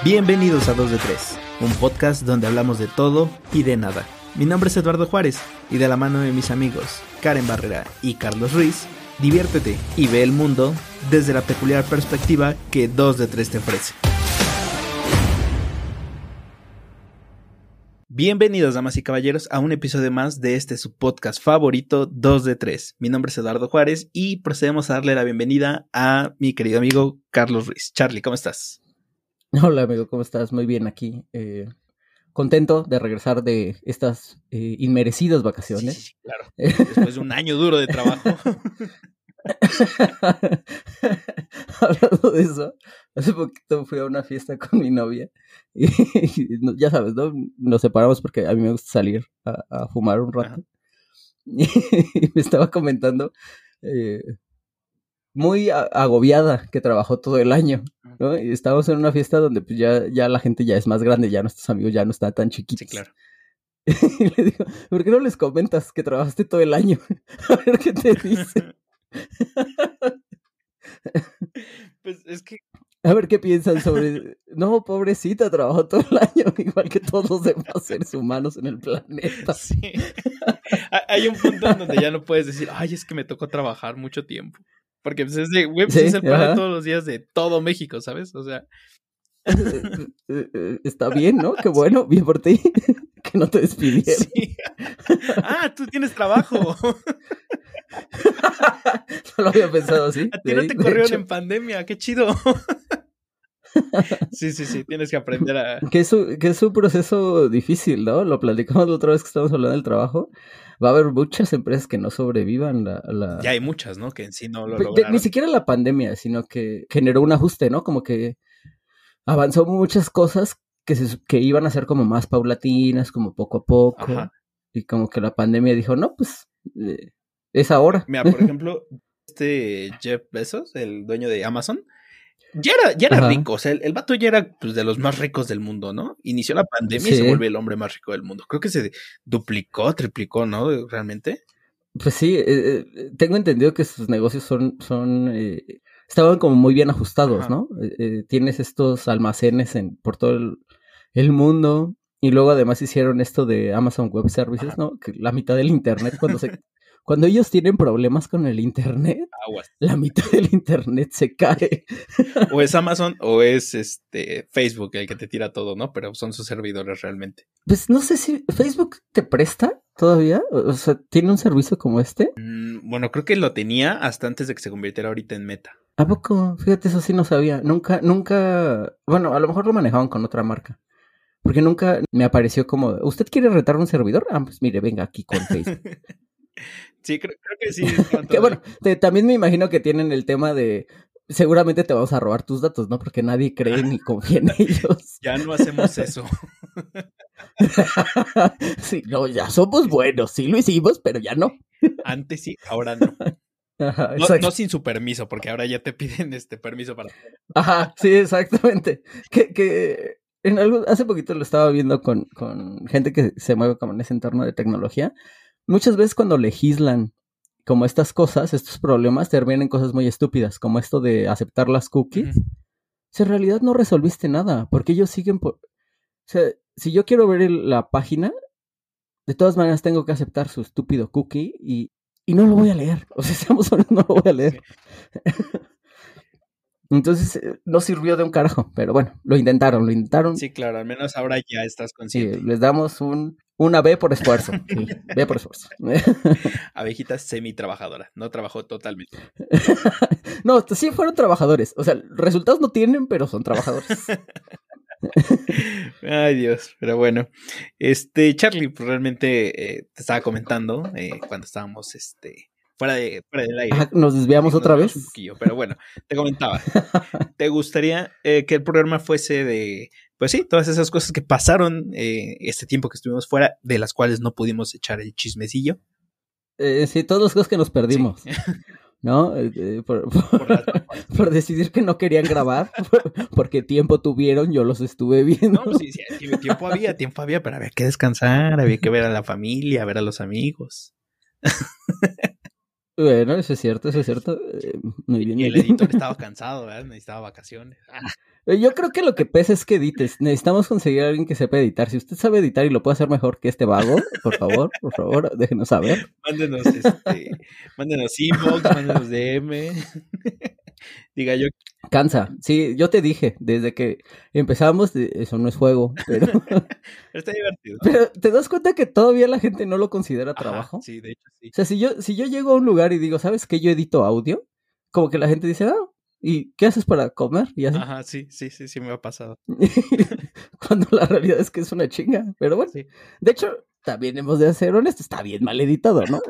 Bienvenidos a 2 de 3, un podcast donde hablamos de todo y de nada. Mi nombre es Eduardo Juárez y de la mano de mis amigos Karen Barrera y Carlos Ruiz, diviértete y ve el mundo desde la peculiar perspectiva que 2 de 3 te ofrece. Bienvenidos, damas y caballeros, a un episodio más de su podcast favorito, 2 de 3. Mi nombre es Eduardo Juárez y procedemos a darle la bienvenida a mi querido amigo Carlos Ruiz. Charlie, ¿cómo estás? Hola amigo, ¿cómo estás? Muy bien aquí. Contento de regresar de estas inmerecidas vacaciones. Sí, claro. Después de un año duro de trabajo. Hablando de eso, hace poquito fui a una fiesta con mi novia y ya sabes, ¿no? Nos separamos porque a mí me gusta salir a fumar un rato. Y me estaba comentando muy agobiada que trabajó todo el año, ¿no? Y estábamos en una fiesta donde pues ya la gente ya es más grande, ya nuestros amigos ya no están tan chiquitos. Sí, claro. Y le digo, ¿por qué no les comentas que trabajaste todo el año? A ver qué te dicen. Pues es que... A ver qué piensan sobre... No, pobrecita, trabajó todo el año, igual que todos los demás seres humanos en el planeta. Sí. Hay un punto en donde ya no puedes decir, ay, es que me tocó trabajar mucho tiempo. Porque pues, pues es el pan de todos los días de todo México, ¿sabes? O sea... Está bien, ¿no? Qué bueno, bien por ti. Que no te despidieron. Sí. Ah, tú tienes trabajo. No lo había pensado así. A ti no te corrieron en pandemia, qué chido. Sí, tienes que aprender a... Que es un proceso difícil, ¿no? Lo platicamos la otra vez que estábamos hablando del trabajo. Va a haber muchas empresas que no sobrevivan Ya hay muchas, ¿no? Que en sí no lo lograron. Ni siquiera la pandemia, sino que generó un ajuste, ¿no? Como que avanzó muchas cosas que iban a ser como más paulatinas, como poco a poco. Ajá. Y como que la pandemia dijo, no, pues es ahora. Mira, por ejemplo, Jeff Bezos, el dueño de Amazon, ya era rico, o sea, el vato ya era pues, de los más ricos del mundo, ¿no? Inició la pandemia y se vuelve el hombre más rico del mundo. Creo que se duplicó, triplicó, ¿no? Realmente. Pues sí, tengo entendido que sus negocios estaban como muy bien ajustados, ajá, ¿no? Tienes estos almacenes por todo el mundo y luego además hicieron esto de Amazon Web Services, ajá, ¿no? Que la mitad del internet cuando ellos tienen problemas con el internet, aguas, la mitad del internet se cae. O es Amazon o es Facebook el que te tira todo, ¿no? Pero son sus servidores realmente. Pues no sé si Facebook te presta todavía, o sea, ¿tiene un servicio como este? Bueno, creo que lo tenía hasta antes de que se convirtiera ahorita en Meta. ¿A poco? Fíjate, eso sí no sabía. Nunca, bueno, a lo mejor lo manejaban con otra marca. Porque nunca me apareció como, ¿usted quiere retar un servidor? Ah, pues mire, venga aquí con Facebook. Sí, creo que sí. Que bueno, también me imagino que tienen el tema de, seguramente te vamos a robar tus datos, ¿no? Porque nadie cree ni confía en ellos. Ya no hacemos eso. Sí, no, ya somos buenos, sí lo hicimos, pero ya no. Antes sí, ahora no. Ajá, no sin su permiso, porque ahora ya te piden permiso para... Ajá, sí, exactamente. Que hace poquito lo estaba viendo con gente que se mueve como en ese entorno de tecnología. Muchas veces cuando legislan como estas cosas, estos problemas, terminan en cosas muy estúpidas, como esto de aceptar las cookies. Uh-huh. O sea, en realidad no resolviste nada, porque ellos siguen O sea, si yo quiero ver la página, de todas maneras tengo que aceptar su estúpido cookie y no lo voy a leer. O sea, seamos honestos, no lo voy a leer. Sí. Entonces, no sirvió de un carajo, pero bueno, lo intentaron. Sí, claro, al menos ahora ya estás consciente. Sí, les damos una B por esfuerzo. Sí, B por esfuerzo. Abejita semi-trabajadora, no trabajó totalmente. No, sí fueron trabajadores. O sea, resultados no tienen, pero son trabajadores. Ay, Dios, pero bueno. Charlie, pues realmente te estaba comentando cuando estábamos fuera del aire. Ajá, nos desviamos otra vez. Un poquillo, pero bueno, te comentaba. ¿Te gustaría que el programa fuese de, pues sí, todas esas cosas que pasaron este tiempo que estuvimos fuera, de las cuales no pudimos echar el chismecillo? Sí, todas las cosas que nos perdimos. Sí. ¿No? Por decidir que no querían grabar, porque tiempo tuvieron, yo los estuve viendo. No, pues sí, tiempo había, pero había que descansar, había que ver a la familia, ver a los amigos. Bueno, eso es cierto. Muy bien. Y el editor estaba cansado, ¿verdad? Necesitaba vacaciones. Yo creo que lo que pesa es que edites. Necesitamos conseguir a alguien que sepa editar. Si usted sabe editar y lo puede hacer mejor que este vago, por favor, déjenos saber. Mándenos inbox, mándenos DM. Diga yo. Cansa. Sí, yo te dije, desde que empezamos, eso no es juego, pero... Pero está divertido. Pero ¿te das cuenta que todavía la gente no lo considera trabajo? Sí, de hecho sí. O sea, si yo llego a un lugar y digo, ¿sabes qué? Yo edito audio, como que la gente dice, ¿y qué haces para comer? Y así. Ajá, sí, me ha pasado. Cuando la realidad es que es una chinga, pero bueno. Sí. De hecho, también hemos de ser honestos, está bien mal editado, ¿no?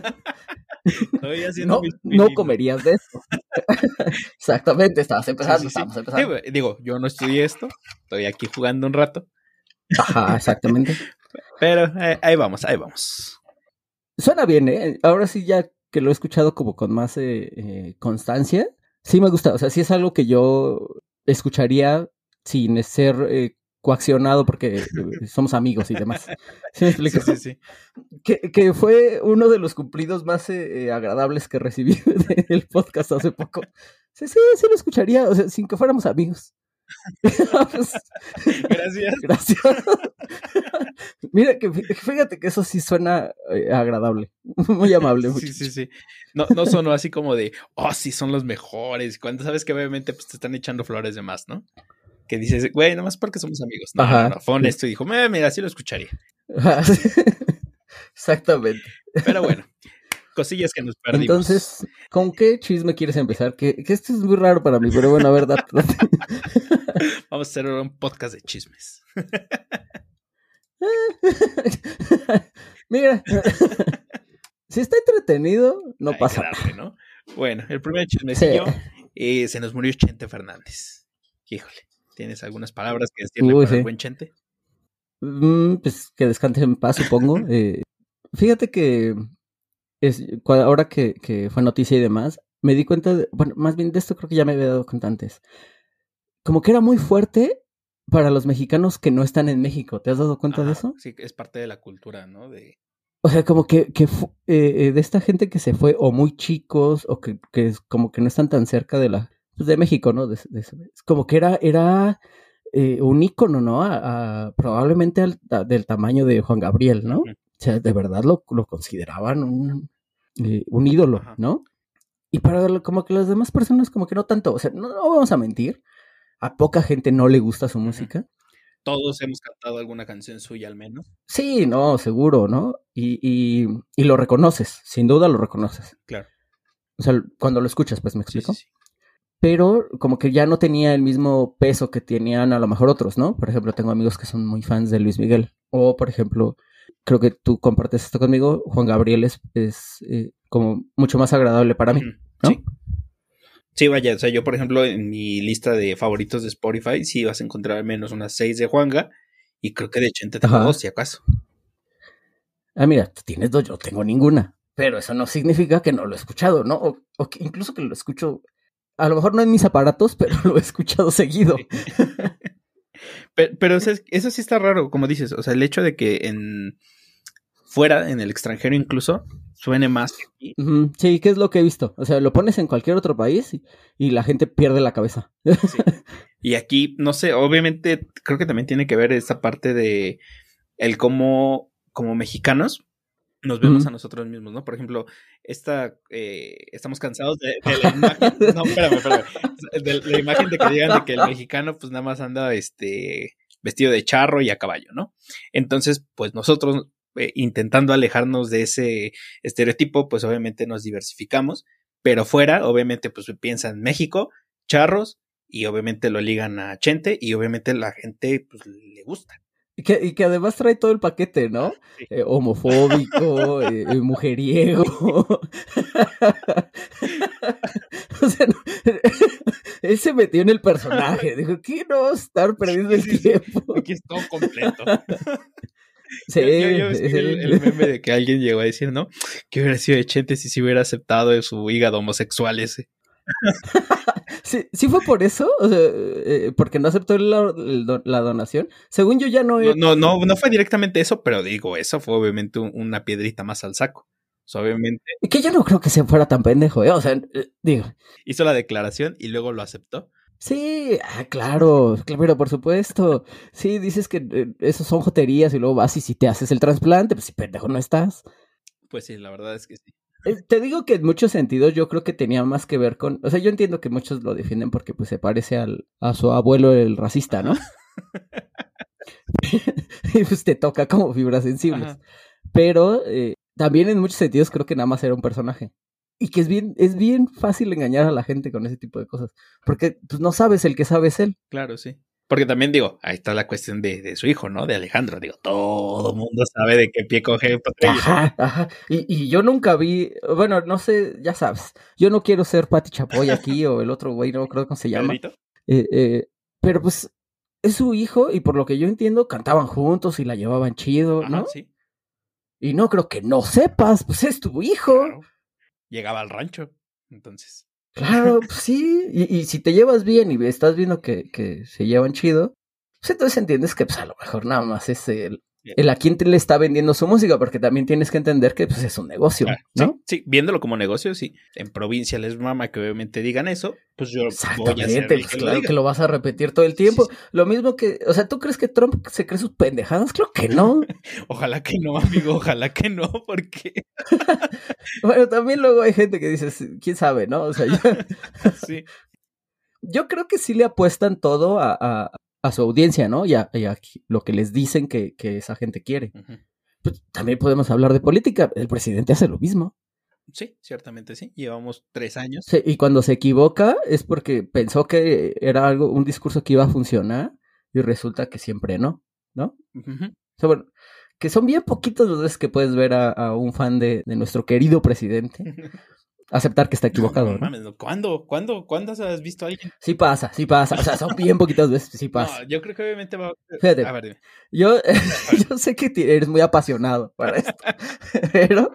No comerías de eso. Exactamente, estabas empezando, estábamos empezando. Sí, digo, yo no estudié esto, estoy aquí jugando un rato. Ajá, exactamente. Pero ahí vamos. Suena bien, ¿eh? Ahora sí, ya que lo he escuchado como con más constancia, sí me gusta. O sea, sí es algo que yo escucharía sin ser coaccionado porque somos amigos y demás. ¿Sí me explico? Sí. Que fue uno de los cumplidos más agradables que recibí del podcast hace poco. Sí lo escucharía, o sea, sin que fuéramos amigos. Gracias. Mira, que fíjate que eso sí suena agradable, muy amable. Sí. No sonó así como de, sí, son los mejores. Cuando sabes que obviamente pues, te están echando flores de más, ¿no? Que dices, güey, nomás porque somos amigos. No, fue honesto y dijo, mira, sí lo escucharía. Exactamente. Pero bueno, cosillas que nos perdimos. Entonces, ¿con qué chisme quieres empezar? Que esto es muy raro para mí, pero bueno, a ver, date. Vamos a hacer un podcast de chismes. Mira, si está entretenido, no pasa nada, ¿no? Bueno, el primer chismecillo, se nos murió Chente Fernández. Híjole, ¿tienes algunas palabras que decirle para el buen Chente? Pues que descanse en paz, supongo. Fíjate que ahora que fue noticia y demás, me di cuenta, bueno, más bien de esto creo que ya me había dado cuenta antes. Como que era muy fuerte para los mexicanos que no están en México. ¿Te has dado cuenta de eso? Sí, es parte de la cultura, ¿no? O sea, como que de esta gente que se fue o muy chicos o que como que no están tan cerca de México, ¿no? Es como que era un ícono, ¿no? Probablemente del tamaño de Juan Gabriel, ¿no? Uh-huh. O sea, de verdad lo consideraban un ídolo, uh-huh, ¿no? Y para como que las demás personas como que no tanto. O sea, no vamos a mentir. A poca gente no le gusta su música. Todos hemos cantado alguna canción suya al menos. Sí, no, seguro, ¿no? Y lo reconoces, sin duda lo reconoces. Claro. O sea, cuando lo escuchas, pues, ¿me explico? Sí. Pero como que ya no tenía el mismo peso que tenían a lo mejor otros, ¿no? Por ejemplo, tengo amigos que son muy fans de Luis Miguel. O, por ejemplo, creo que tú compartes esto conmigo, Juan Gabriel es como mucho más agradable para mí, ¿no? Sí, vaya, o sea, yo por ejemplo en mi lista de favoritos de Spotify sí vas a encontrar al menos unas 6 de Juanga y creo que de Chente tengo 2, si acaso. Mira, tú tienes 2, yo no tengo ninguna, pero eso no significa que no lo he escuchado, ¿no? O que incluso que lo escucho, a lo mejor no en mis aparatos, pero lo he escuchado seguido. Sí. pero o sea, eso sí está raro, como dices, o sea, el hecho de que fuera, en el extranjero incluso, suene más que aquí. Sí, ¿qué es lo que he visto? O sea, lo pones en cualquier otro país y la gente pierde la cabeza. Sí. Y aquí, no sé, obviamente creo que también tiene que ver esta parte de el cómo, como mexicanos, nos vemos a nosotros mismos, ¿no? Por ejemplo, estamos cansados de la imagen. No, espérame. De la imagen de que digan de que el mexicano, pues nada más anda vestido de charro y a caballo, ¿no? Entonces, pues nosotros, intentando alejarnos de ese estereotipo, pues obviamente nos diversificamos, pero fuera, obviamente, pues piensan México, charros, y obviamente lo ligan a Chente, y obviamente la gente, pues, le gusta. Y que además trae todo el paquete, ¿no? Sí. Homofóbico, mujeriego. O sea, él se metió en el personaje. Dijo, ¿qué no vamos a estar perdiendo el tiempo? Aquí es todo completo. Sí, yo el meme de que alguien llegó a decir, ¿no? Que hubiera sido de Chente si se hubiera aceptado su hígado homosexual ese. Sí fue por eso, o sea, porque no aceptó la donación. Según yo ya no... No fue directamente eso, pero digo, eso fue obviamente una piedrita más al saco. O sea, obviamente... Que yo no creo que se fuera tan pendejo, o sea, digo... Hizo la declaración y luego lo aceptó. Sí, claro, pero por supuesto. Sí, dices que esos son joterías y luego vas y si te haces el trasplante, pues si pendejo no estás. Pues sí, la verdad es que sí. Te digo que en muchos sentidos yo creo que tenía más que ver con... O sea, yo entiendo que muchos lo defienden porque pues se parece a su abuelo el racista, ¿no? Y pues te toca como fibras sensibles. Ajá. Pero también en muchos sentidos creo que nada más era un personaje. Y que es bien fácil engañar a la gente con ese tipo de cosas. Porque pues no sabes, el que sabe es él. Claro, sí. Porque también digo, ahí está la cuestión de su hijo, ¿no? De Alejandro. Digo, todo mundo sabe de qué pie coge Potrillo. Ajá. Y yo nunca vi, bueno, no sé, ya sabes, yo no quiero ser Pati Chapoy aquí o el otro güey, no creo cómo se llama. ¿Pedrito? Pero pues es su hijo y por lo que yo entiendo cantaban juntos y la llevaban chido, Ajá, ¿no? sí. Y no creo que no sepas, pues es tu hijo. Claro. Llegaba al rancho, entonces. Claro, pues sí. Y si te llevas bien y estás viendo que se llevan chido, pues entonces entiendes que pues a lo mejor nada más es el a quién te le está vendiendo su música, porque también tienes que entender que pues es un negocio, Claro. ¿no? Sí, sí, viéndolo como negocio, sí. En provincia les mama que obviamente digan eso, pues yo voy a hacer Exactamente, el pues que lo claro diga. que lo vas a repetir todo el Sí, sí, tiempo. sí. Lo mismo que, o sea, ¿tú crees que Trump se cree sus pendejadas? Creo que no. Ojalá que no, amigo, ojalá que no, porque Bueno, también luego hay gente que dice, quién sabe, ¿no? O sea, sí. yo creo que sí le apuestan todo a su audiencia, ¿no? Y a lo que les dicen que esa gente quiere. Ujú. Pues, también podemos hablar de política. El presidente hace lo mismo. Sí, ciertamente sí. Llevamos 3 años. Sí, y cuando se equivoca es porque pensó que era algo, un discurso que iba a funcionar y resulta que siempre no, ¿no? Ujú. O sea, bueno, que son bien poquitos los veces que puedes ver a un fan de nuestro querido presidente aceptar que está equivocado, No ¿no? mames, ¿cuándo has visto a alguien? Sí pasa. O sea, son bien poquitas veces, sí No, pasa. yo creo que obviamente va. A Fíjate, ver, dime. yo, yo sé que eres muy apasionado para esto, pero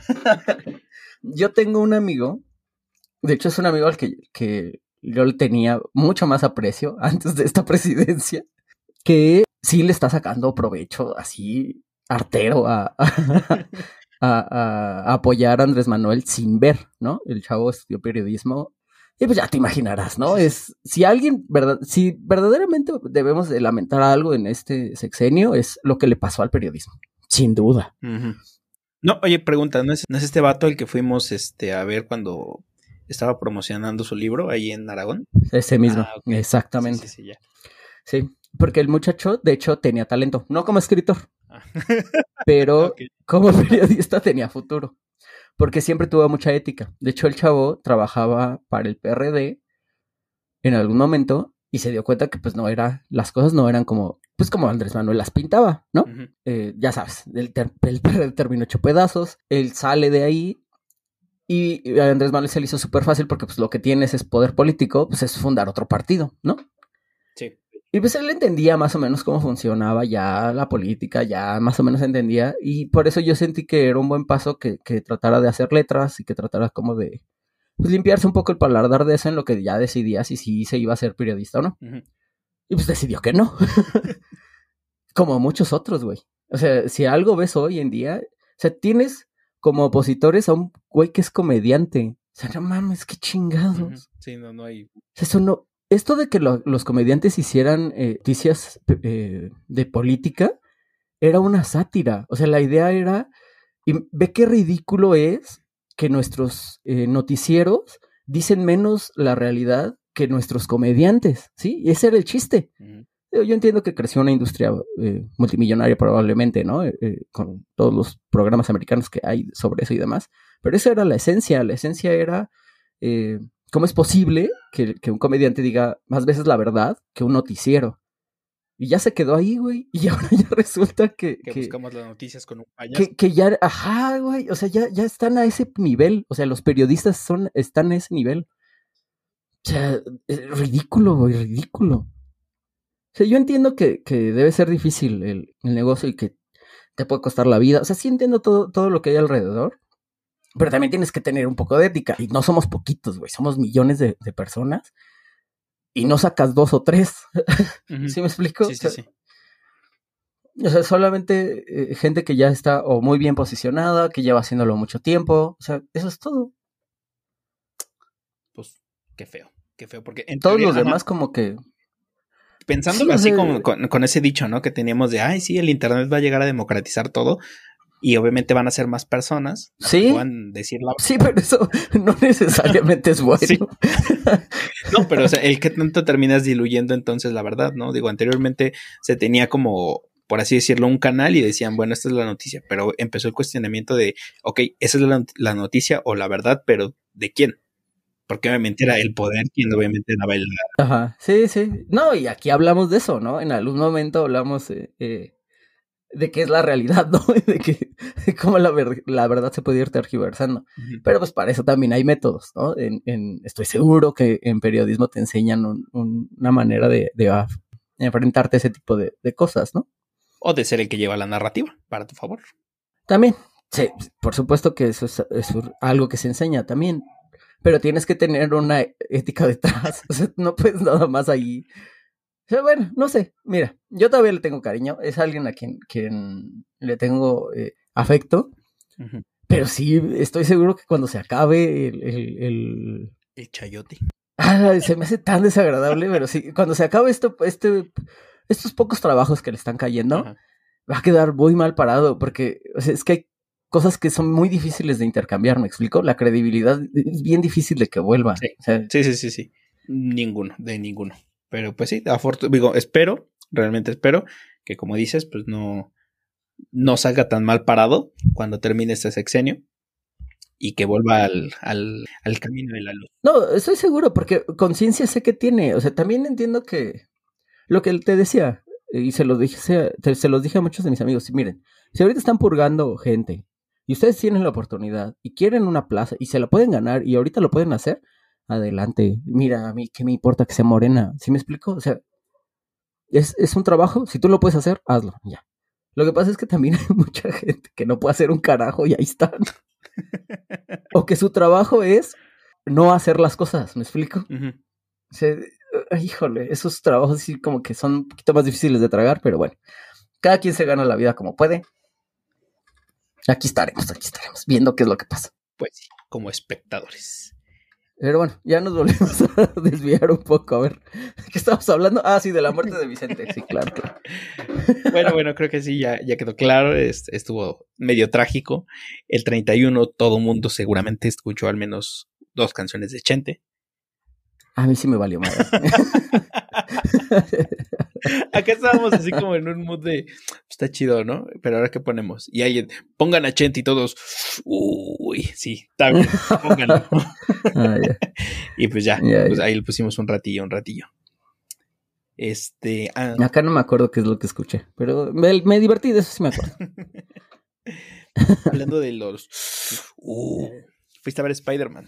yo tengo un amigo, de hecho es un amigo al que yo le tenía mucho más aprecio antes de esta presidencia, que sí le está sacando provecho así artero a apoyar a Andrés Manuel sin ver, ¿no? El chavo estudió periodismo y pues ya te imaginarás, ¿no? Sí, sí. Si alguien, si verdaderamente debemos de lamentar algo en este sexenio es lo que le pasó al periodismo, sin duda. Ujú. No, oye, pregunta, ¿no es este vato el que fuimos a ver cuando estaba promocionando su libro ahí en Aragón? Ese mismo, Ah, ok. Sí, sí, exactamente. sí, ya. Sí, porque el muchacho, de hecho, tenía talento, no como escritor, Ah. pero Ok. como periodista tenía futuro, porque siempre tuvo mucha ética. De hecho, el chavo trabajaba para el PRD en algún momento y se dio cuenta que pues no era, las cosas no eran como, pues como Andrés Manuel las pintaba, ¿no? Ujú. Ya sabes, el PRD terminó hecho pedazos, él sale de ahí y a Andrés Manuel se le hizo súper fácil porque pues lo que tienes es poder político, pues es fundar otro partido, ¿no? Sí. Y pues él entendía más o menos cómo funcionaba ya la política, ya más o menos entendía, y por eso yo sentí que era un buen paso que tratara de hacer letras y que tratara como de pues, limpiarse un poco el paladar de eso en lo que ya decidía si sí se iba a ser periodista o no. Ujú. Y pues decidió que no, como muchos otros, güey. O sea, si algo ves hoy en día, o sea, tienes como opositores a un güey que es comediante. O sea, no mames, qué chingados. Ujú. Sí, no hay. Eso no. Esto de que los comediantes hicieran noticias de política era una sátira. O sea, la idea era. Y ve qué ridículo es que nuestros noticieros dicen menos la realidad que nuestros comediantes, ¿sí? Y ese era el chiste. Ujú. Yo entiendo que creció una industria multimillonaria probablemente, ¿no? Con todos los programas americanos que hay sobre eso y demás. Pero esa era la esencia. La esencia era cómo es posible que un comediante diga más veces la verdad que un noticiero. Y ya se quedó ahí, güey. Y ahora ya resulta Que buscamos las noticias con un payaso. que ya, ajá, güey. O sea, ya están a ese nivel. O sea, los periodistas están a ese nivel. O sea, es ridículo, güey, ridículo. O sea, yo entiendo que debe ser difícil el negocio y que te puede costar la vida. O sea, sí entiendo todo lo que hay alrededor, pero también tienes que tener un poco de ética. Y no somos poquitos, güey, somos millones de personas y no sacas 2 o 3. Ujú. ¿Sí me explico? Sí, sí, sí. O sea, solamente gente que ya está o muy bien posicionada, que lleva haciéndolo mucho tiempo. O sea, eso es todo. Pues, qué feo. qué feo, porque en Todos teoría, los demás como que... pensándolo Sí, así o sea, con ese dicho, ¿no? Que teníamos de, ay, sí, el internet va a llegar a democratizar todo y obviamente van a ser más personas las que sí, puedan decir la sí, pero eso no necesariamente es bueno. Sí. No, pero o sea, el que tanto terminas diluyendo entonces la verdad, ¿no? Digo, anteriormente se tenía como, por así decirlo, un canal y decían, bueno, esta es la noticia, pero empezó el cuestionamiento de, ok, esa es la noticia o la verdad, pero ¿de quién? Porque obviamente era el poder quien obviamente daba el... Ajá, sí, sí. No, y aquí hablamos de eso, ¿no? En algún momento hablamos de qué es la realidad, ¿no? De cómo la verdad se puede ir tergiversando. Ujú. Pero pues para eso también hay métodos, ¿no? Estoy seguro que en periodismo te enseñan una manera de enfrentarte a ese tipo de cosas, ¿no? O de ser el que lleva la narrativa, para tu favor. También, sí, por supuesto que eso es algo que se enseña también, pero tienes que tener una ética detrás, o sea, no puedes nada más ahí. O sea, bueno, no sé, mira, yo todavía le tengo cariño, es alguien a quien le tengo afecto, Ujú. pero sí estoy seguro que cuando se acabe El chayote. se me hace tan desagradable, pero sí, cuando se acabe estos pocos trabajos que le están cayendo, Ajá. va a quedar muy mal parado, porque o sea, es que hay cosas que son muy difíciles de intercambiar, ¿me explico? La credibilidad es bien difícil de que vuelva. Sí, O sea, sí. Ninguno, de ninguno. Pero pues sí, digo, espero, realmente espero que como dices, pues no salga tan mal parado cuando termine este sexenio y que vuelva al camino de la luz. no, estoy seguro, porque conciencia sé que tiene. O sea, también entiendo que lo que te decía, y se los dije a muchos de mis amigos, miren, si ahorita están purgando gente y ustedes tienen la oportunidad y quieren una plaza y se la pueden ganar y ahorita lo pueden hacer, adelante. Mira, a mí qué me importa que sea morena. ¿Sí me explico? O sea, es un trabajo, si tú lo puedes hacer, hazlo, ya. Lo que pasa es que también hay mucha gente que no puede hacer un carajo y ahí están. O que su trabajo es no hacer las cosas, ¿me explico? Ujú. O sea, híjole, esos trabajos sí como que son un poquito más difíciles de tragar, pero bueno, cada quien se gana la vida como puede. Aquí estaremos, viendo qué es lo que pasa. Pues sí, como espectadores. Pero bueno, ya nos volvemos a desviar un poco. A ver, ¿qué estamos hablando? Ah, sí, de la muerte de Vicente. Sí, claro. Bueno, creo que sí, ya quedó claro. Estuvo medio trágico. El 31, todo mundo seguramente escuchó al menos 2 canciones de Chente. A mí sí me valió madre. Acá estábamos así como en un mood de está chido, ¿no? Pero ahora qué ponemos. Y alguien, pongan a Chente y todos, uy, sí, está bien, pónganlo. Ya. Y pues ya, Ya, pues ya. ahí le pusimos un ratillo. Acá no me acuerdo qué es lo que escuché, pero me divertí, de eso sí me acuerdo. Hablando de los, fuiste a ver Spider-Man.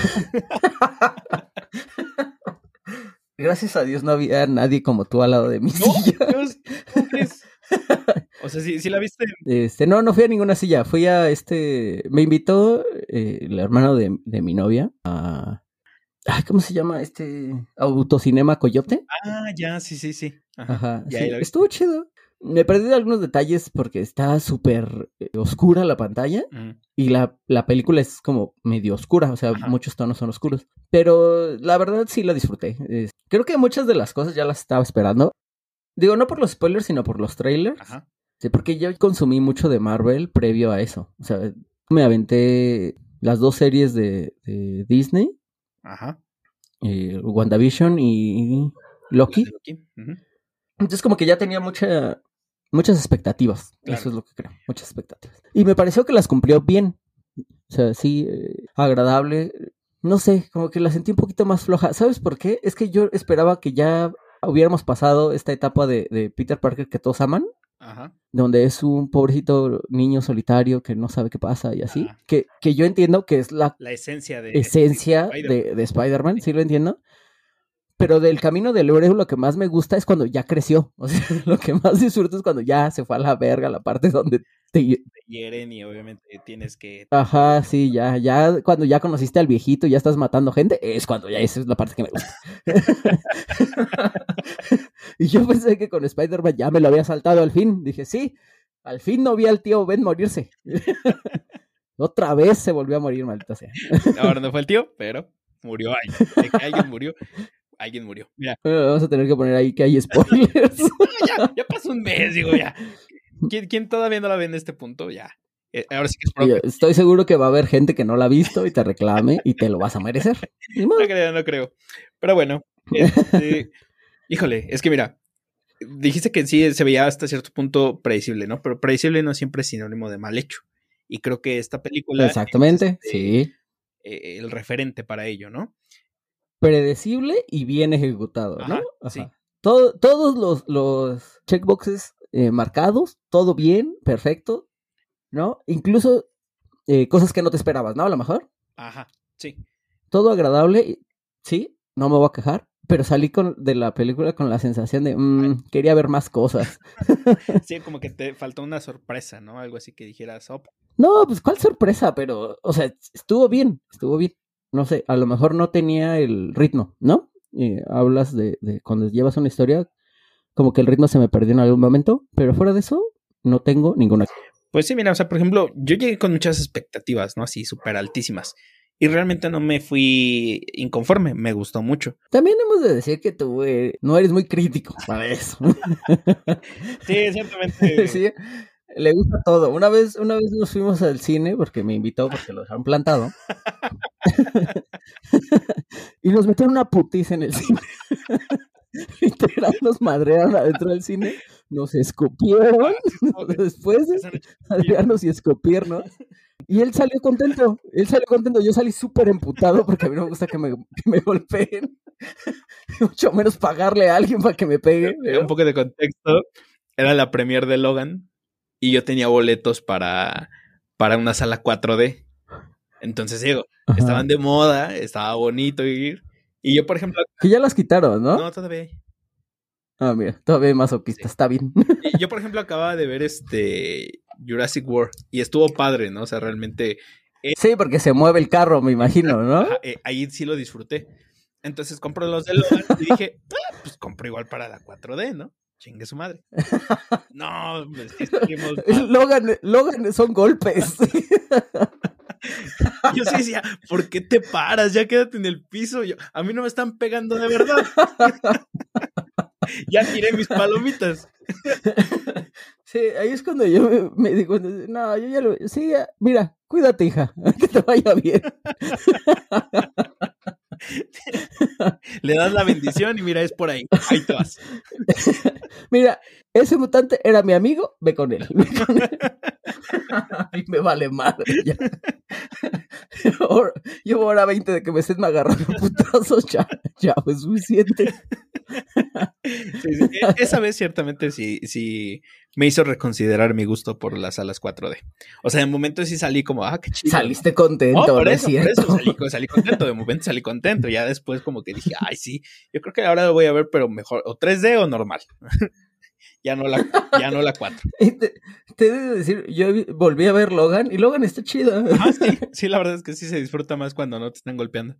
Gracias a Dios no había nadie como tú al lado de mi silla. Dios, ¿cómo crees? O sea, sí la viste. No fui a ninguna silla, fui a me invitó el hermano de mi novia a, ¿cómo se llama? Autocinema Coyote. Ah, ya, sí. Ajá, Ya ahí sí, la viste. estuvo chido. Me perdí de algunos detalles porque está súper oscura la pantalla y la película es como medio oscura, o sea, Ajá. muchos tonos son oscuros. Pero la verdad sí la disfruté. Creo que muchas de las cosas ya las estaba esperando. Digo, no por los spoilers, sino por los trailers. Ajá. Sí, porque yo consumí mucho de Marvel previo a eso. O sea, me aventé las 2 series de Disney, Ajá. WandaVision y Loki. La de Loki. Ujú. Entonces como que ya tenía muchas expectativas. Claro. Eso es lo que creo, muchas expectativas. Y me pareció que las cumplió bien. O sea, sí, agradable. No sé, como que la sentí un poquito más floja. ¿Sabes por qué? Es que yo esperaba que ya hubiéramos pasado esta etapa de Peter Parker que todos aman. Ajá. Donde es un pobrecito niño solitario que no sabe qué pasa y así. Ajá. Que yo entiendo que es la esencia de de Spider-Man, sí lo entiendo. Pero del camino del héroe lo que más me gusta es cuando ya creció. O sea, lo que más disfruto es cuando ya se fue a la verga la parte donde te hieren y obviamente tienes que... Ajá, sí, ya cuando ya conociste al viejito y ya estás matando gente, es cuando ya esa es la parte que me gusta. Y yo pensé que con Spider-Man ya me lo había saltado al fin. Dije, sí, al fin no vi al tío Ben morirse. Otra vez se volvió a morir, maldita sea. Ahora no fue el tío, pero murió alguien. De que alguien murió. Mira. Bueno, vamos a tener que poner ahí que hay spoilers. Ya pasó un mes, digo, ya. ¿Quién todavía no la ve en este punto? Ya. Ahora sí que es propio. Estoy seguro que va a haber gente que no la ha visto y te reclame y te lo vas a merecer. No creo. Pero bueno, híjole, es que mira, dijiste que sí se veía hasta cierto punto predecible, ¿no? Pero predecible no siempre es sinónimo de mal hecho. Y creo que esta película exactamente, sí. El referente para ello, ¿no? Predecible y bien ejecutado, ajá, ¿no? Ajá. Sí. Todos los checkboxes marcados, todo bien, perfecto, ¿no? Incluso cosas que no te esperabas, ¿no? A lo mejor. Ajá, sí. Todo agradable, sí, no me voy a quejar, pero salí de la película con la sensación de, quería ver más cosas. Sí, como que te faltó una sorpresa, ¿no? Algo así que dijeras, oh. No, pues cuál sorpresa, pero, o sea, estuvo bien. No sé, a lo mejor no tenía el ritmo, ¿no? Hablas de cuando llevas una historia, como que el ritmo se me perdió en algún momento, pero fuera de eso, no tengo ninguna. Pues sí, mira, o sea, por ejemplo, yo llegué con muchas expectativas, ¿no? Así súper altísimas. Y realmente no me fui inconforme, me gustó mucho. También hemos de decir que tú no eres muy crítico para eso. Sí, ciertamente. Sí, le gusta todo. Una vez nos fuimos al cine porque me invitó porque lo dejaron plantado. Y nos metieron una putiza en el cine. Literal, nos madrearon adentro del cine. Nos escupieron. Después de madrearnos y escupirnos. Y él salió contento. Yo salí súper emputado porque a mí no me gusta que me golpeen. Mucho menos pagarle a alguien para que me pegue. Un poco de contexto. Era la premiere de Logan y yo tenía boletos para una sala 4D. Entonces digo, estaban de moda, estaba bonito ir. Y yo, por ejemplo... Que ya las quitaron, ¿no? No, todavía hay. Ah, mira, todavía hay masoquista, sí. Está bien. Y yo, por ejemplo, acababa de ver Jurassic World y estuvo padre, ¿no? O sea, realmente... Sí, porque se mueve el carro, me imagino, ¿no? Ajá, ahí sí lo disfruté. Entonces compro los de Logan y dije, pues compro igual para la 4D, ¿no? Chingue su madre. No, es que Logan son golpes. Yo sí decía, ¿por qué te paras? Ya quédate en el piso. A mí no me están pegando de verdad. Ya tiré mis palomitas. Sí, ahí es cuando yo me digo, no, yo ya lo... Sí, mira, cuídate, hija, que te vaya bien. Le das la bendición y mira, es por ahí te vas. Mira, ese mutante era mi amigo, ve con él. Y me vale madre ya. Llevo hora 20 de que me estén agarrando putazos, ya es suficiente. Sí, esa vez ciertamente sí me hizo reconsiderar mi gusto por las salas 4D. O sea, de momento sí salí como, qué chido. Saliste contento, por eso salí contento, de momento salí contento. Ya después como que dije, sí, yo creo que ahora lo voy a ver, pero mejor, o 3D o normal. ya no la 4. Te he de decir, yo volví a ver Logan y Logan está chida. Sí, la verdad es que sí se disfruta más cuando no te están golpeando.